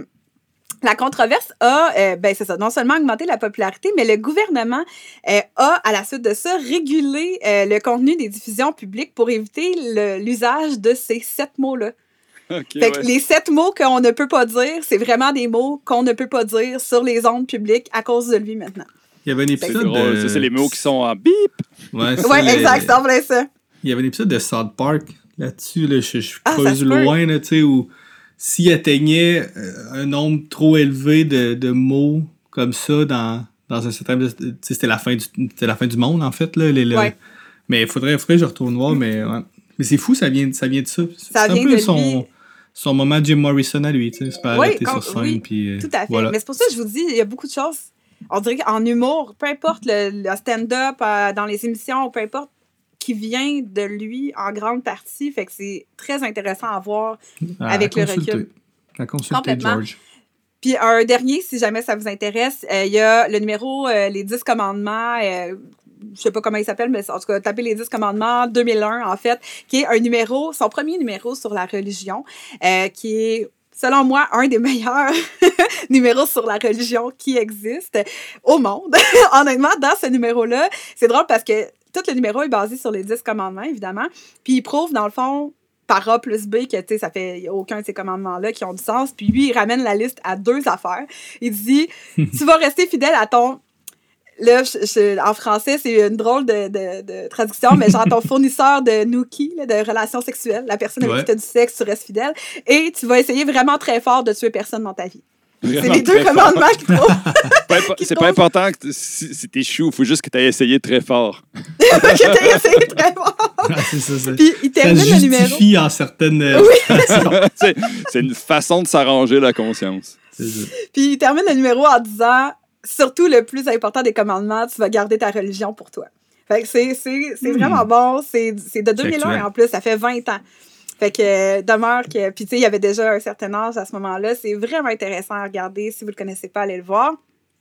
Speaker 1: la controverse a, euh, ben c'est ça, non seulement augmenté la popularité, mais le gouvernement euh, a, à la suite de ça, régulé euh, le contenu des diffusions publiques pour éviter le, l'usage de ces sept mots-là.
Speaker 2: Okay,
Speaker 1: fait que
Speaker 2: ouais.
Speaker 1: les sept mots qu'on ne peut pas dire, c'est vraiment des mots qu'on ne peut pas dire sur les ondes publiques à cause de lui maintenant.
Speaker 3: Il y avait un épisode
Speaker 2: C'est
Speaker 3: de...
Speaker 2: Ça, c'est les mots qui sont en bip!
Speaker 3: Ouais,
Speaker 1: ouais
Speaker 3: les...
Speaker 1: exact, c'est en vrai ça.
Speaker 3: Il y avait un épisode de South Park là-dessus, là, je, je
Speaker 1: ah,
Speaker 3: creuse loin, là, tu sais, où s'il atteignait euh, un nombre trop élevé de, de mots comme ça dans, dans un certain... Tu sais, c'était la fin du, c'était la fin du monde, en fait, là. Les, le...
Speaker 1: ouais.
Speaker 3: Mais il faudrait, faudrait que je retourne voir, mais... Ouais. Mais c'est fou, ça vient, ça vient de ça.
Speaker 1: Ça
Speaker 3: c'est
Speaker 1: vient
Speaker 3: un peu
Speaker 1: de
Speaker 3: son,
Speaker 1: lui.
Speaker 3: son moment Jim Morrison à lui, tu sais, se faire
Speaker 1: Oui,
Speaker 3: arrêter
Speaker 1: com-
Speaker 3: sur scène,
Speaker 1: oui,
Speaker 3: puis... Euh,
Speaker 1: tout à fait.
Speaker 3: voilà.
Speaker 1: Mais c'est pour ça que je vous dis, il y a beaucoup de choses. On dirait qu'en humour, peu importe le, le stand-up, euh, dans les émissions, peu importe, qui vient de lui en grande partie. Fait que c'est très intéressant à voir
Speaker 3: à,
Speaker 1: avec
Speaker 3: à
Speaker 1: le recul.
Speaker 3: À consulter
Speaker 1: Complètement.
Speaker 3: George.
Speaker 1: Puis un dernier, si jamais ça vous intéresse, il euh, y a le numéro euh, Les dix commandements, euh, je sais pas comment il s'appelle, mais en tout cas, tapez Les dix commandements deux mille un, en fait, qui est un numéro, son premier numéro sur la religion, euh, qui est, selon moi, un des meilleurs numéros sur la religion qui existe au monde. Honnêtement, dans ce numéro-là, c'est drôle parce que tout le numéro est basé sur les dix commandements, évidemment, puis il prouve, dans le fond, par A plus B, que, tu sais, ça fait y a aucun de ces commandements-là qui ont du sens. Puis lui, il ramène la liste à deux affaires. Il dit, tu vas rester fidèle à ton... Là, je, je, en français, c'est une drôle de, de, de traduction, mais genre ton fournisseur de nookie, là, de relations sexuelles, la personne avec
Speaker 3: ouais.
Speaker 1: qui tu as du sexe, tu restes fidèle. Et tu vas essayer vraiment très fort de tuer personne dans ta vie.
Speaker 2: Vraiment
Speaker 1: c'est les deux commandements qui trouvent.
Speaker 2: Pas impo- c'est pas important que t- si, si t'échoues, il faut juste que tu aies essayé très fort.
Speaker 1: que tu aies essayé très fort.
Speaker 3: Ah, c'est ça, ça.
Speaker 1: Puis il termine
Speaker 3: ça
Speaker 1: le numéro.
Speaker 3: justifie en certaines... euh,
Speaker 1: Oui.
Speaker 2: c'est, c'est une façon de s'arranger la conscience.
Speaker 3: C'est ça.
Speaker 1: Puis il termine le numéro en disant, surtout le plus important des commandements, tu vas garder ta religion pour toi. Fait que c'est, c'est, c'est
Speaker 3: Hmm.
Speaker 1: vraiment bon. C'est, c'est de deux mille un
Speaker 3: actuel.
Speaker 1: en plus, ça fait vingt ans. Fait que euh, demeure que... Puis tu sais, il y avait déjà un certain âge à ce moment-là. C'est vraiment intéressant à regarder. Si vous le connaissez pas, allez le voir.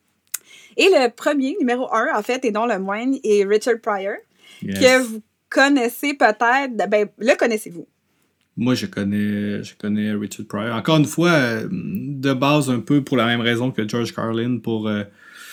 Speaker 1: Et le premier, numéro un, en fait, et non le moindre, est Richard Pryor,
Speaker 3: Yes.
Speaker 1: que vous connaissez peut-être... Ben, le connaissez-vous?
Speaker 3: Moi, je connais, je connais Richard Pryor. Encore une fois, euh, de base, un peu pour la même raison que George Carlin, pour... Euh,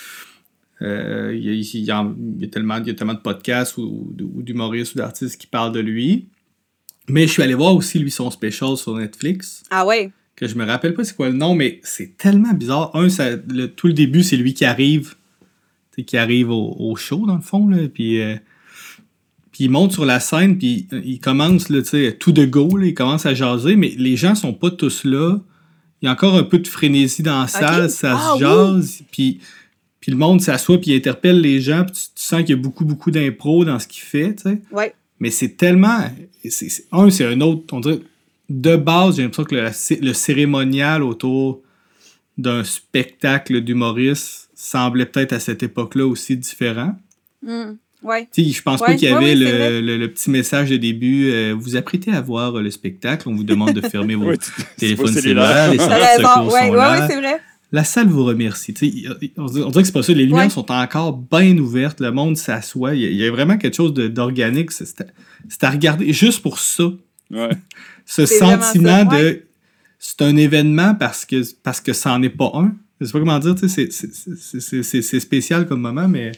Speaker 3: euh, il, y a, il, y a, il, y a tellement, il y a tellement de podcasts ou, ou d'humoristes ou d'artistes qui parlent de lui. Mais je suis allé voir aussi, lui, son special sur Netflix.
Speaker 1: Ah ouais?
Speaker 3: Que je me rappelle pas c'est quoi le nom, mais c'est tellement bizarre. Un, ça, le, tout le début, c'est lui qui arrive, qui arrive au, au show, dans le fond, là, puis... Euh, Puis il monte sur la scène, puis il commence, là, tu sais, tout de go, là, il commence à jaser, mais les gens sont pas tous là. Il y a encore un peu de frénésie dans la salle,
Speaker 1: okay.
Speaker 3: ça
Speaker 1: ah,
Speaker 3: se jase,
Speaker 1: oui.
Speaker 3: puis, puis le monde s'assoit, puis il interpelle les gens, puis tu, tu sens qu'il y a beaucoup, beaucoup d'impro dans ce qu'il fait, tu sais.
Speaker 1: Ouais.
Speaker 3: Mais c'est tellement... C'est, c'est, un, c'est un autre... On dirait, de base, j'ai l'impression que le, le cérémonial autour d'un spectacle d'humoriste semblait peut-être à cette époque-là aussi différent.
Speaker 1: Mm. Ouais.
Speaker 3: T'sais, je pense
Speaker 1: ouais,
Speaker 3: pas qu'il y avait
Speaker 1: ouais,
Speaker 3: le, le, le petit message de début euh, vous apprêtez à voir le spectacle, on vous demande de fermer vos
Speaker 2: Ouais,
Speaker 3: téléphones
Speaker 2: cellulaires.
Speaker 3: cellulaires, les
Speaker 1: T'as
Speaker 3: services de
Speaker 1: raison.
Speaker 3: secours
Speaker 1: Ouais,
Speaker 3: sont
Speaker 1: ouais,
Speaker 3: là.
Speaker 1: ouais, c'est vrai.
Speaker 3: La salle vous remercie. T'sais, on, on dirait que c'est pas ça. Les lumières
Speaker 1: ouais.
Speaker 3: sont encore bien ouvertes, le monde s'assoit. Il y, a, il y a vraiment quelque chose de, d'organique. C'est, c'est, à, c'est à regarder juste pour ça.
Speaker 2: Ouais.
Speaker 3: Ce
Speaker 1: c'est
Speaker 3: sentiment
Speaker 1: ça,
Speaker 3: de
Speaker 1: ouais.
Speaker 3: c'est un événement parce que, parce que ça n'en est pas un. Je sais pas comment dire, c'est, c'est, c'est, c'est, c'est, c'est spécial comme moment, mais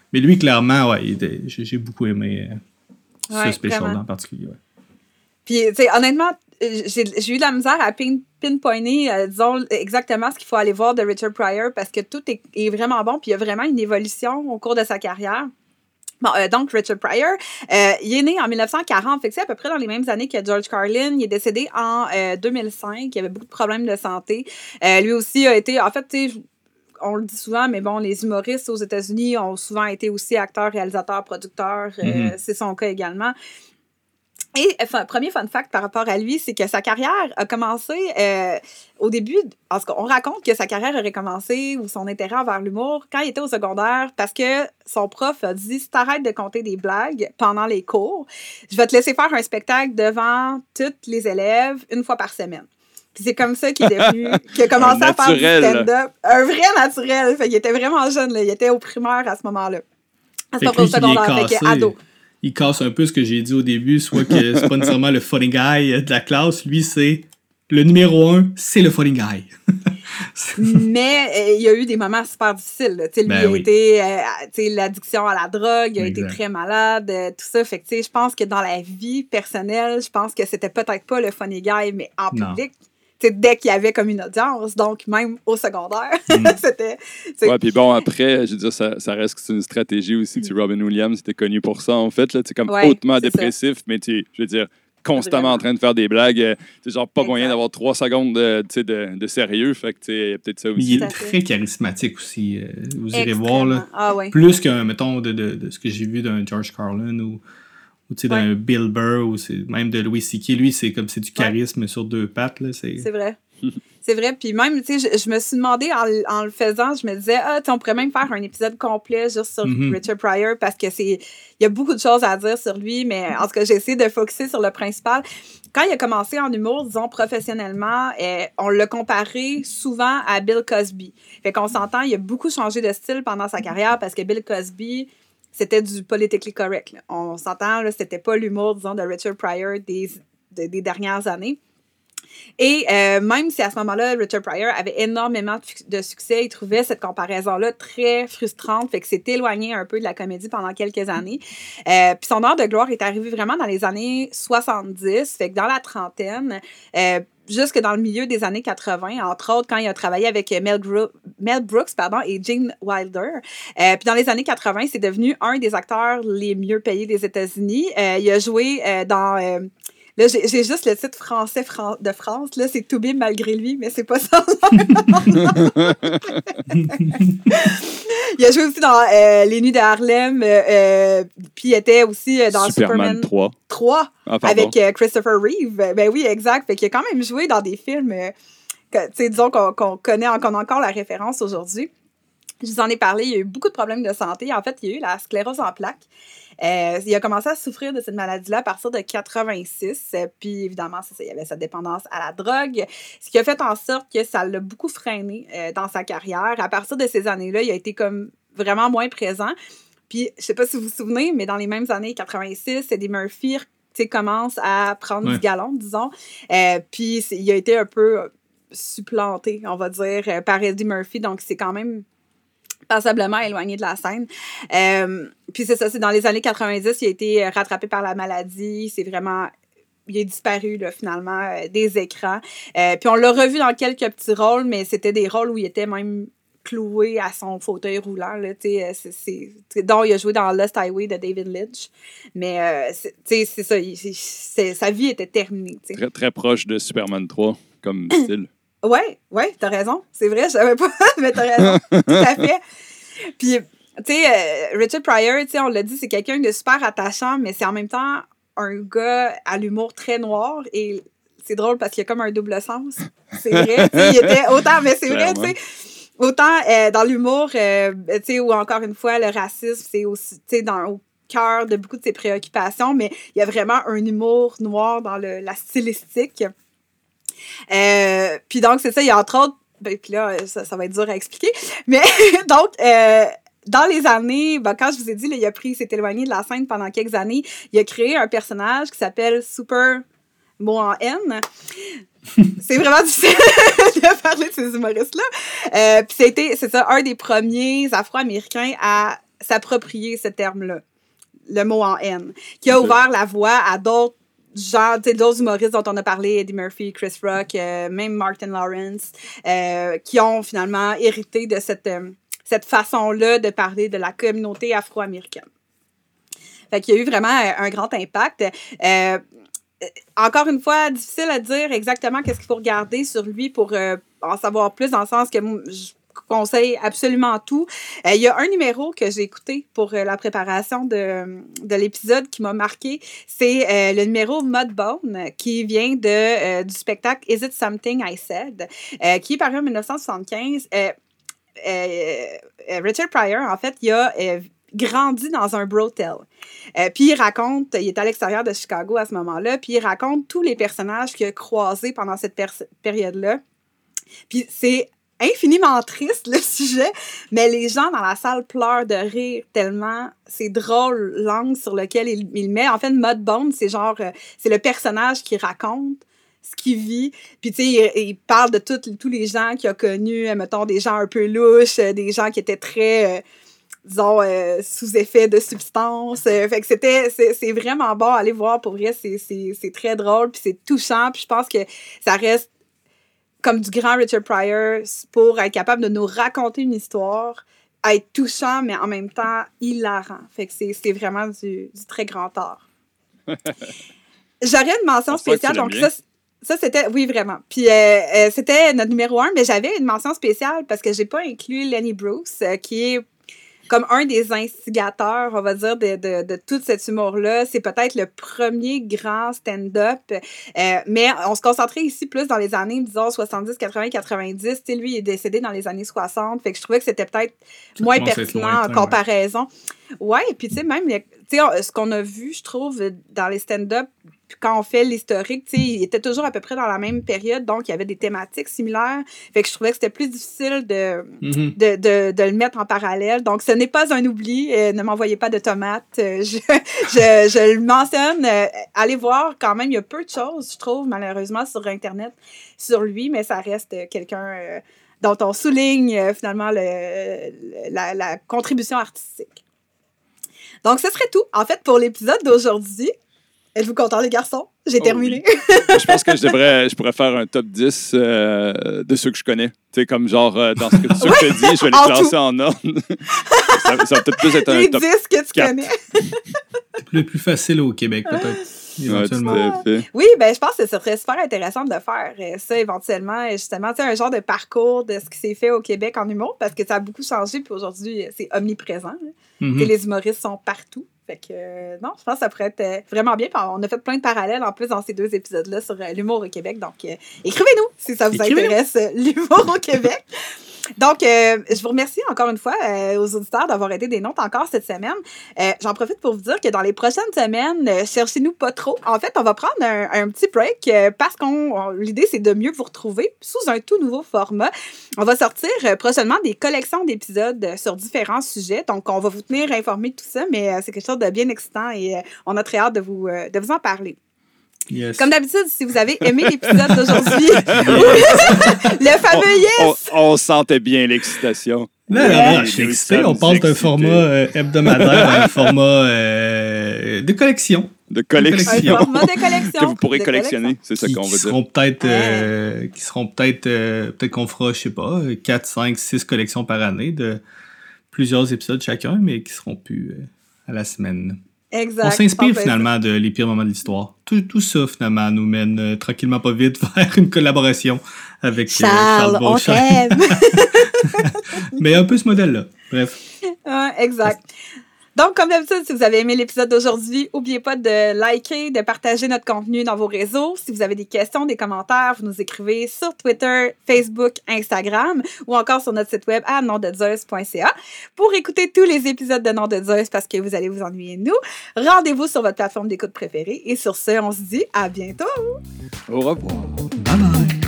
Speaker 3: Mais lui, clairement, ouais, il était, j'ai, j'ai beaucoup aimé euh,
Speaker 1: ouais,
Speaker 3: ce special
Speaker 1: vraiment.
Speaker 3: en particulier. Ouais.
Speaker 1: Puis, tu sais, honnêtement, j'ai, j'ai eu de la misère à pin, pinpointer, euh, disons, exactement ce qu'il faut aller voir de Richard Pryor parce que tout est, est vraiment bon. Puis, il y a vraiment une évolution au cours de sa carrière. Bon, euh, donc, Richard Pryor, euh, il est né en dix-neuf cent quarante, fait que c'est à peu près dans les mêmes années que George Carlin. Il est décédé en euh, deux mille cinq. Il avait beaucoup de problèmes de santé. Euh, lui aussi a été, en fait, tu sais, on le dit souvent, mais bon, les humoristes aux États-Unis ont souvent été aussi acteurs, réalisateurs, producteurs. Euh, mm-hmm. C'est son cas également. Et enfin, premier fun fact par rapport à lui, c'est que sa carrière a commencé euh, au début, en tout cas, on raconte que sa carrière aurait commencé ou son intérêt envers l'humour quand il était au secondaire parce que son prof a dit « Si t'arrêtes de compter des blagues pendant les cours, je vais te laisser faire un spectacle devant tous les élèves une fois par semaine. » Puis c'est comme ça qu'il est devenu, qu'il a commencé à faire du stand-up. Un vrai naturel. Fait qu'il était vraiment jeune, là. Il était au primaire à ce moment-là. À ce moment-là, au secondaire, fait qu'il est ado.
Speaker 3: Il casse un peu ce que j'ai dit au début, soit que c'est pas nécessairement le funny guy de la classe. Lui, c'est le numéro un, c'est le funny guy.
Speaker 1: Mais euh, il y a eu des moments super difficiles. Là. Lui, ben il a oui. été euh, l'addiction à la drogue, il a exact. été très malade, euh, tout ça. Fait que je pense que dans la vie personnelle, je pense que c'était peut-être pas le funny guy, mais en non. public, dès qu'il y avait comme une audience, donc même au secondaire, mm. c'était...
Speaker 2: T'sais. Ouais, puis bon, après, je veux dire, ça, ça reste que c'est une stratégie aussi. Mm. Robin Williams était connu pour ça, en fait. C'est comme ouais, hautement dépressif, ça. Mais tu je veux dire, constamment Vraiment. en train de faire des blagues. C'est genre pas exact. moyen d'avoir trois secondes de, de, de sérieux. Fait que, il y a peut-être ça aussi.
Speaker 3: Il est très charismatique aussi. Vous irez voir, là.
Speaker 1: Ah, ouais.
Speaker 3: Plus qu'un, mettons, de, de, de ce que j'ai vu d'un George Carlin ou... ou tu sais, ouais. d'un Bill Burr, ou c'est, même de Louis C K. Lui, c'est comme c'est du charisme ouais. sur deux pattes. Là, c'est...
Speaker 1: c'est vrai. C'est vrai. Puis même, tu sais, je, je me suis demandé en, en le faisant, je me disais, ah, tu on pourrait même faire un épisode complet juste sur mm-hmm. Richard Pryor parce que c'est. Il y a beaucoup de choses à dire sur lui, mais en tout cas, j'ai essayé de focusser sur le principal. Quand il a commencé en humour, disons professionnellement, eh, on l'a comparé souvent à Bill Cosby. Fait qu'on s'entend, il a beaucoup changé de style pendant sa carrière parce que Bill Cosby, c'était du politically correct. Là. On s'entend, là, c'était pas l'humour, disons, de Richard Pryor des, de, des dernières années. Et euh, même si à ce moment-là, Richard Pryor avait énormément de succès, il trouvait cette comparaison-là très frustrante, fait que s'est éloigné un peu de la comédie pendant quelques années. Euh, puis son heure de gloire est arrivé vraiment dans les années soixante-dix, fait que dans la trentaine, euh, jusque dans le milieu des années quatre-vingts, entre autres quand il a travaillé avec Mel, Gro- Mel Brooks pardon, et Gene Wilder. Euh, puis dans les années quatre-vingts, c'est devenu un des acteurs les mieux payés des États-Unis. Euh, il a joué euh, dans... Euh, Là, j'ai, j'ai juste le titre français Fran- de France. Là, c'est Toubib malgré lui, mais c'est pas ça. Il a joué aussi dans euh, Les Nuits de Harlem. Euh, euh, puis il était aussi dans
Speaker 2: Superman, Superman
Speaker 1: trois. trois ah, avec euh, Christopher Reeve. Ben oui, exact. Fait qu'il a quand même joué dans des films, euh, que, disons, qu'on, qu'on connaît, qu'on a encore la référence aujourd'hui. Je vous en ai parlé, il y a eu beaucoup de problèmes de santé. En fait, il y a eu la sclérose en plaques. Euh, il a commencé à souffrir de cette maladie-là à partir de quatre-vingt-six. Euh, puis, évidemment, c'est ça, il y avait sa dépendance à la drogue, ce qui a fait en sorte que ça l'a beaucoup freiné euh, dans sa carrière. À partir de ces années-là, il a été comme vraiment moins présent. Puis, je sais pas si vous vous souvenez, mais dans les mêmes années quatre-vingt-six, Eddie Murphy commence à prendre ouais. du galon, disons. Euh, puis, il a été un peu supplanté, on va dire, par Eddie Murphy. Donc, c'est quand même... passablement éloigné de la scène. Euh, puis c'est ça, c'est dans les années quatre-vingt-dix, il a été rattrapé par la maladie. C'est vraiment... Il est disparu, là, finalement, euh, des écrans. Euh, puis on l'a revu dans quelques petits rôles, mais c'était des rôles où il était même cloué à son fauteuil roulant, là, tu sais, c'est, c'est, c'est, dont il a joué dans Lost Highway de David Lynch. Mais, euh, tu sais, c'est ça, il, c'est, c'est, sa vie était terminée, tu sais.
Speaker 2: Très, très proche de Superman trois, comme style.
Speaker 1: Oui, oui, t'as raison. C'est vrai, je savais pas, mais t'as raison. Tout à fait. Puis, tu sais, euh, Richard Pryor, tu sais, on l'a dit, c'est quelqu'un de super attachant, mais c'est en même temps un gars à l'humour très noir. Et c'est drôle parce qu'il y a comme un double sens. C'est vrai, tu sais, il était autant, mais c'est vrai, tu sais, autant euh, dans l'humour, euh, tu sais, ou encore une fois, le racisme, c'est aussi, tu sais, dans au cœur de beaucoup de ses préoccupations, mais il y a vraiment un humour noir dans le, la stylistique. Euh, puis donc, c'est ça, il y a entre autres, ben, puis là, ça, ça va être dur à expliquer, mais donc, euh, dans les années, ben, quand je vous ai dit, là, il a pris, il s'est éloigné de la scène pendant quelques années, il a créé un personnage qui s'appelle Super, mot en N. C'est vraiment difficile de parler de ces humoristes-là. Euh, puis c'était, c'est ça, un des premiers Afro-Américains à s'approprier ce terme-là, le mot en N, qui a ouvert la voie à d'autres gens, tu sais, d'autres humoristes dont on a parlé, Eddie Murphy, Chris Rock, euh, même Martin Lawrence, euh, qui ont finalement hérité de cette, euh, cette façon-là de parler de la communauté afro-américaine. Fait qu'il y a eu vraiment un grand impact. Euh, encore une fois, difficile à dire exactement qu'est-ce qu'il faut regarder sur lui pour euh, en savoir plus, dans le sens que je conseille absolument tout. Euh, il y a un numéro que j'ai écouté pour euh, la préparation de, de l'épisode qui m'a marqué. C'est euh, le numéro Mudbone qui vient de, euh, du spectacle Is It Something I Said, euh, qui est paru en dix-neuf cent soixante-quinze. Euh, euh, Richard Pryor, en fait, il a euh, grandi dans un brothel. Euh, puis il raconte, il est à l'extérieur de Chicago à ce moment-là, puis il raconte tous les personnages qu'il a croisés pendant cette per- période-là. Puis c'est infiniment triste, le sujet, mais les gens dans la salle pleurent de rire tellement c'est drôle l'angle sur lequel il, il met. En fait, Mudbone, c'est genre, euh, c'est le personnage qui raconte ce qu'il vit. Puis, tu sais, il, il parle de tout, tous les gens qu'il a connus, mettons, des gens un peu louches, des gens qui étaient très... Euh, disons, euh, sous effet de substances. Euh, fait que c'était, c'est, c'est vraiment bon à aller voir. Pour vrai, c'est, c'est, c'est très drôle, puis c'est touchant. Puis je pense que ça reste comme du grand Richard Pryor pour être capable de nous raconter une histoire, être touchant, mais en même temps hilarant. Fait que c'est, c'est vraiment du, du très grand art. J'aurais une mention spéciale. Donc ça, ça, c'était... Oui, vraiment. Puis euh, euh, c'était notre numéro un, mais j'avais une mention spéciale parce que j'ai pas inclus Lenny Bruce, euh, qui est comme un des instigateurs, on va dire, de, de, de tout cet humour-là. C'est peut-être le premier grand stand-up, euh, mais on se concentrait ici plus dans les années, disons, soixante-dix, quatre-vingts, quatre-vingt-dix. Tu sais, lui, il est décédé dans les années soixante, fait que je trouvais que c'était peut-être ça moins pertinent en comparaison. Ouais, et puis tu sais, même, les, tu sais, ce qu'on a vu, je trouve, dans les stand-up, quand on fait l'historique, tu sais, il était toujours à peu près dans la même période, donc il y avait des thématiques similaires. Fait que je trouvais que c'était plus difficile de, mm-hmm. de, de, de le mettre en parallèle. Donc, ce n'est pas un oubli. Euh, ne m'envoyez pas de tomates. Euh, je, je, je le mentionne. Euh, allez voir quand même, il y a peu de choses, je trouve, malheureusement, sur Internet, sur lui, mais ça reste quelqu'un euh, dont on souligne euh, finalement le, la, la contribution artistique. Donc, ce serait tout, en fait, pour l'épisode d'aujourd'hui. Êtes-vous contents, les garçons? J'ai oh, terminé.
Speaker 2: Oui. Je pense que je devrais, je pourrais faire un top dix euh, de ceux que je connais. Tu sais, comme genre, euh, dans ce que tu as dit, je vais les en classer tout. En ordre. ça, ça va peut-être plus être un
Speaker 1: les
Speaker 2: top
Speaker 1: dix que tu
Speaker 2: quatre.
Speaker 1: Connais.
Speaker 3: Le plus facile au Québec, peut-être.
Speaker 2: Éventuellement. Ouais,
Speaker 1: oui, ben je pense que ce serait super intéressant de faire ça éventuellement, justement, tu sais, un genre de parcours de ce qui s'est fait au Québec en humour, parce que ça a beaucoup changé, puis aujourd'hui, c'est omniprésent. Mm-hmm. Les humoristes sont partout. Fait que, euh, non, je pense que ça pourrait être euh, vraiment bien. Puis on a fait plein de parallèles, en plus, dans ces deux épisodes-là sur euh, l'humour au Québec. Donc, euh, écrivez-nous si ça vous écrivez-nous. Intéresse, euh, l'humour au Québec. Donc, euh, je vous remercie encore une fois euh, aux auditeurs d'avoir été des nôtres encore cette semaine. Euh, j'en profite pour vous dire que dans les prochaines semaines, euh, cherchez-nous pas trop. En fait, on va prendre un, un petit break euh, parce qu'on on, l'idée, c'est de mieux vous retrouver sous un tout nouveau format. On va sortir euh, prochainement des collections d'épisodes euh, sur différents sujets. Donc, on va vous tenir informés de tout ça, mais euh, c'est quelque chose de bien excitant et euh, on a très hâte de vous, euh, de vous en parler.
Speaker 3: Yes.
Speaker 1: Comme d'habitude, si vous avez aimé l'épisode d'aujourd'hui, le fameux yes!
Speaker 2: On, on, on sentait bien l'excitation.
Speaker 3: Non, non, non, je suis excité. On passe d'un format euh, hebdomadaire à un format euh, de collection.
Speaker 2: De collection.
Speaker 1: Un format de collection.
Speaker 2: Que vous pourrez collectionner, c'est ça
Speaker 3: qui,
Speaker 2: qu'on
Speaker 3: qui
Speaker 2: veut
Speaker 3: seront
Speaker 2: dire.
Speaker 3: Peut-être, euh, qui seront peut-être, euh, peut-être qu'on fera, je sais pas, quatre, cinq, six collections par année de plusieurs épisodes chacun, mais qui seront plus euh, à la semaine.
Speaker 1: Exact.
Speaker 3: On s'inspire finalement de les pires moments de l'histoire. Tout, tout ça, finalement, nous mène euh, tranquillement pas vite vers une collaboration avec
Speaker 1: Charles,
Speaker 3: euh, Charles
Speaker 1: on
Speaker 3: t'aime. Mais un peu ce modèle-là. Bref.
Speaker 1: Ouais, exact. Donc, comme d'habitude, si vous avez aimé l'épisode d'aujourd'hui, n'oubliez pas de liker, de partager notre contenu dans vos réseaux. Si vous avez des questions, des commentaires, vous nous écrivez sur Twitter, Facebook, Instagram ou encore sur notre site web à nom de zeus point c a. Pour écouter tous les épisodes de Nom de Zeus parce que vous allez vous ennuyer de nous, rendez-vous sur votre plateforme d'écoute préférée. Et sur ce, on se dit à bientôt!
Speaker 2: Au revoir!
Speaker 3: Bye bye!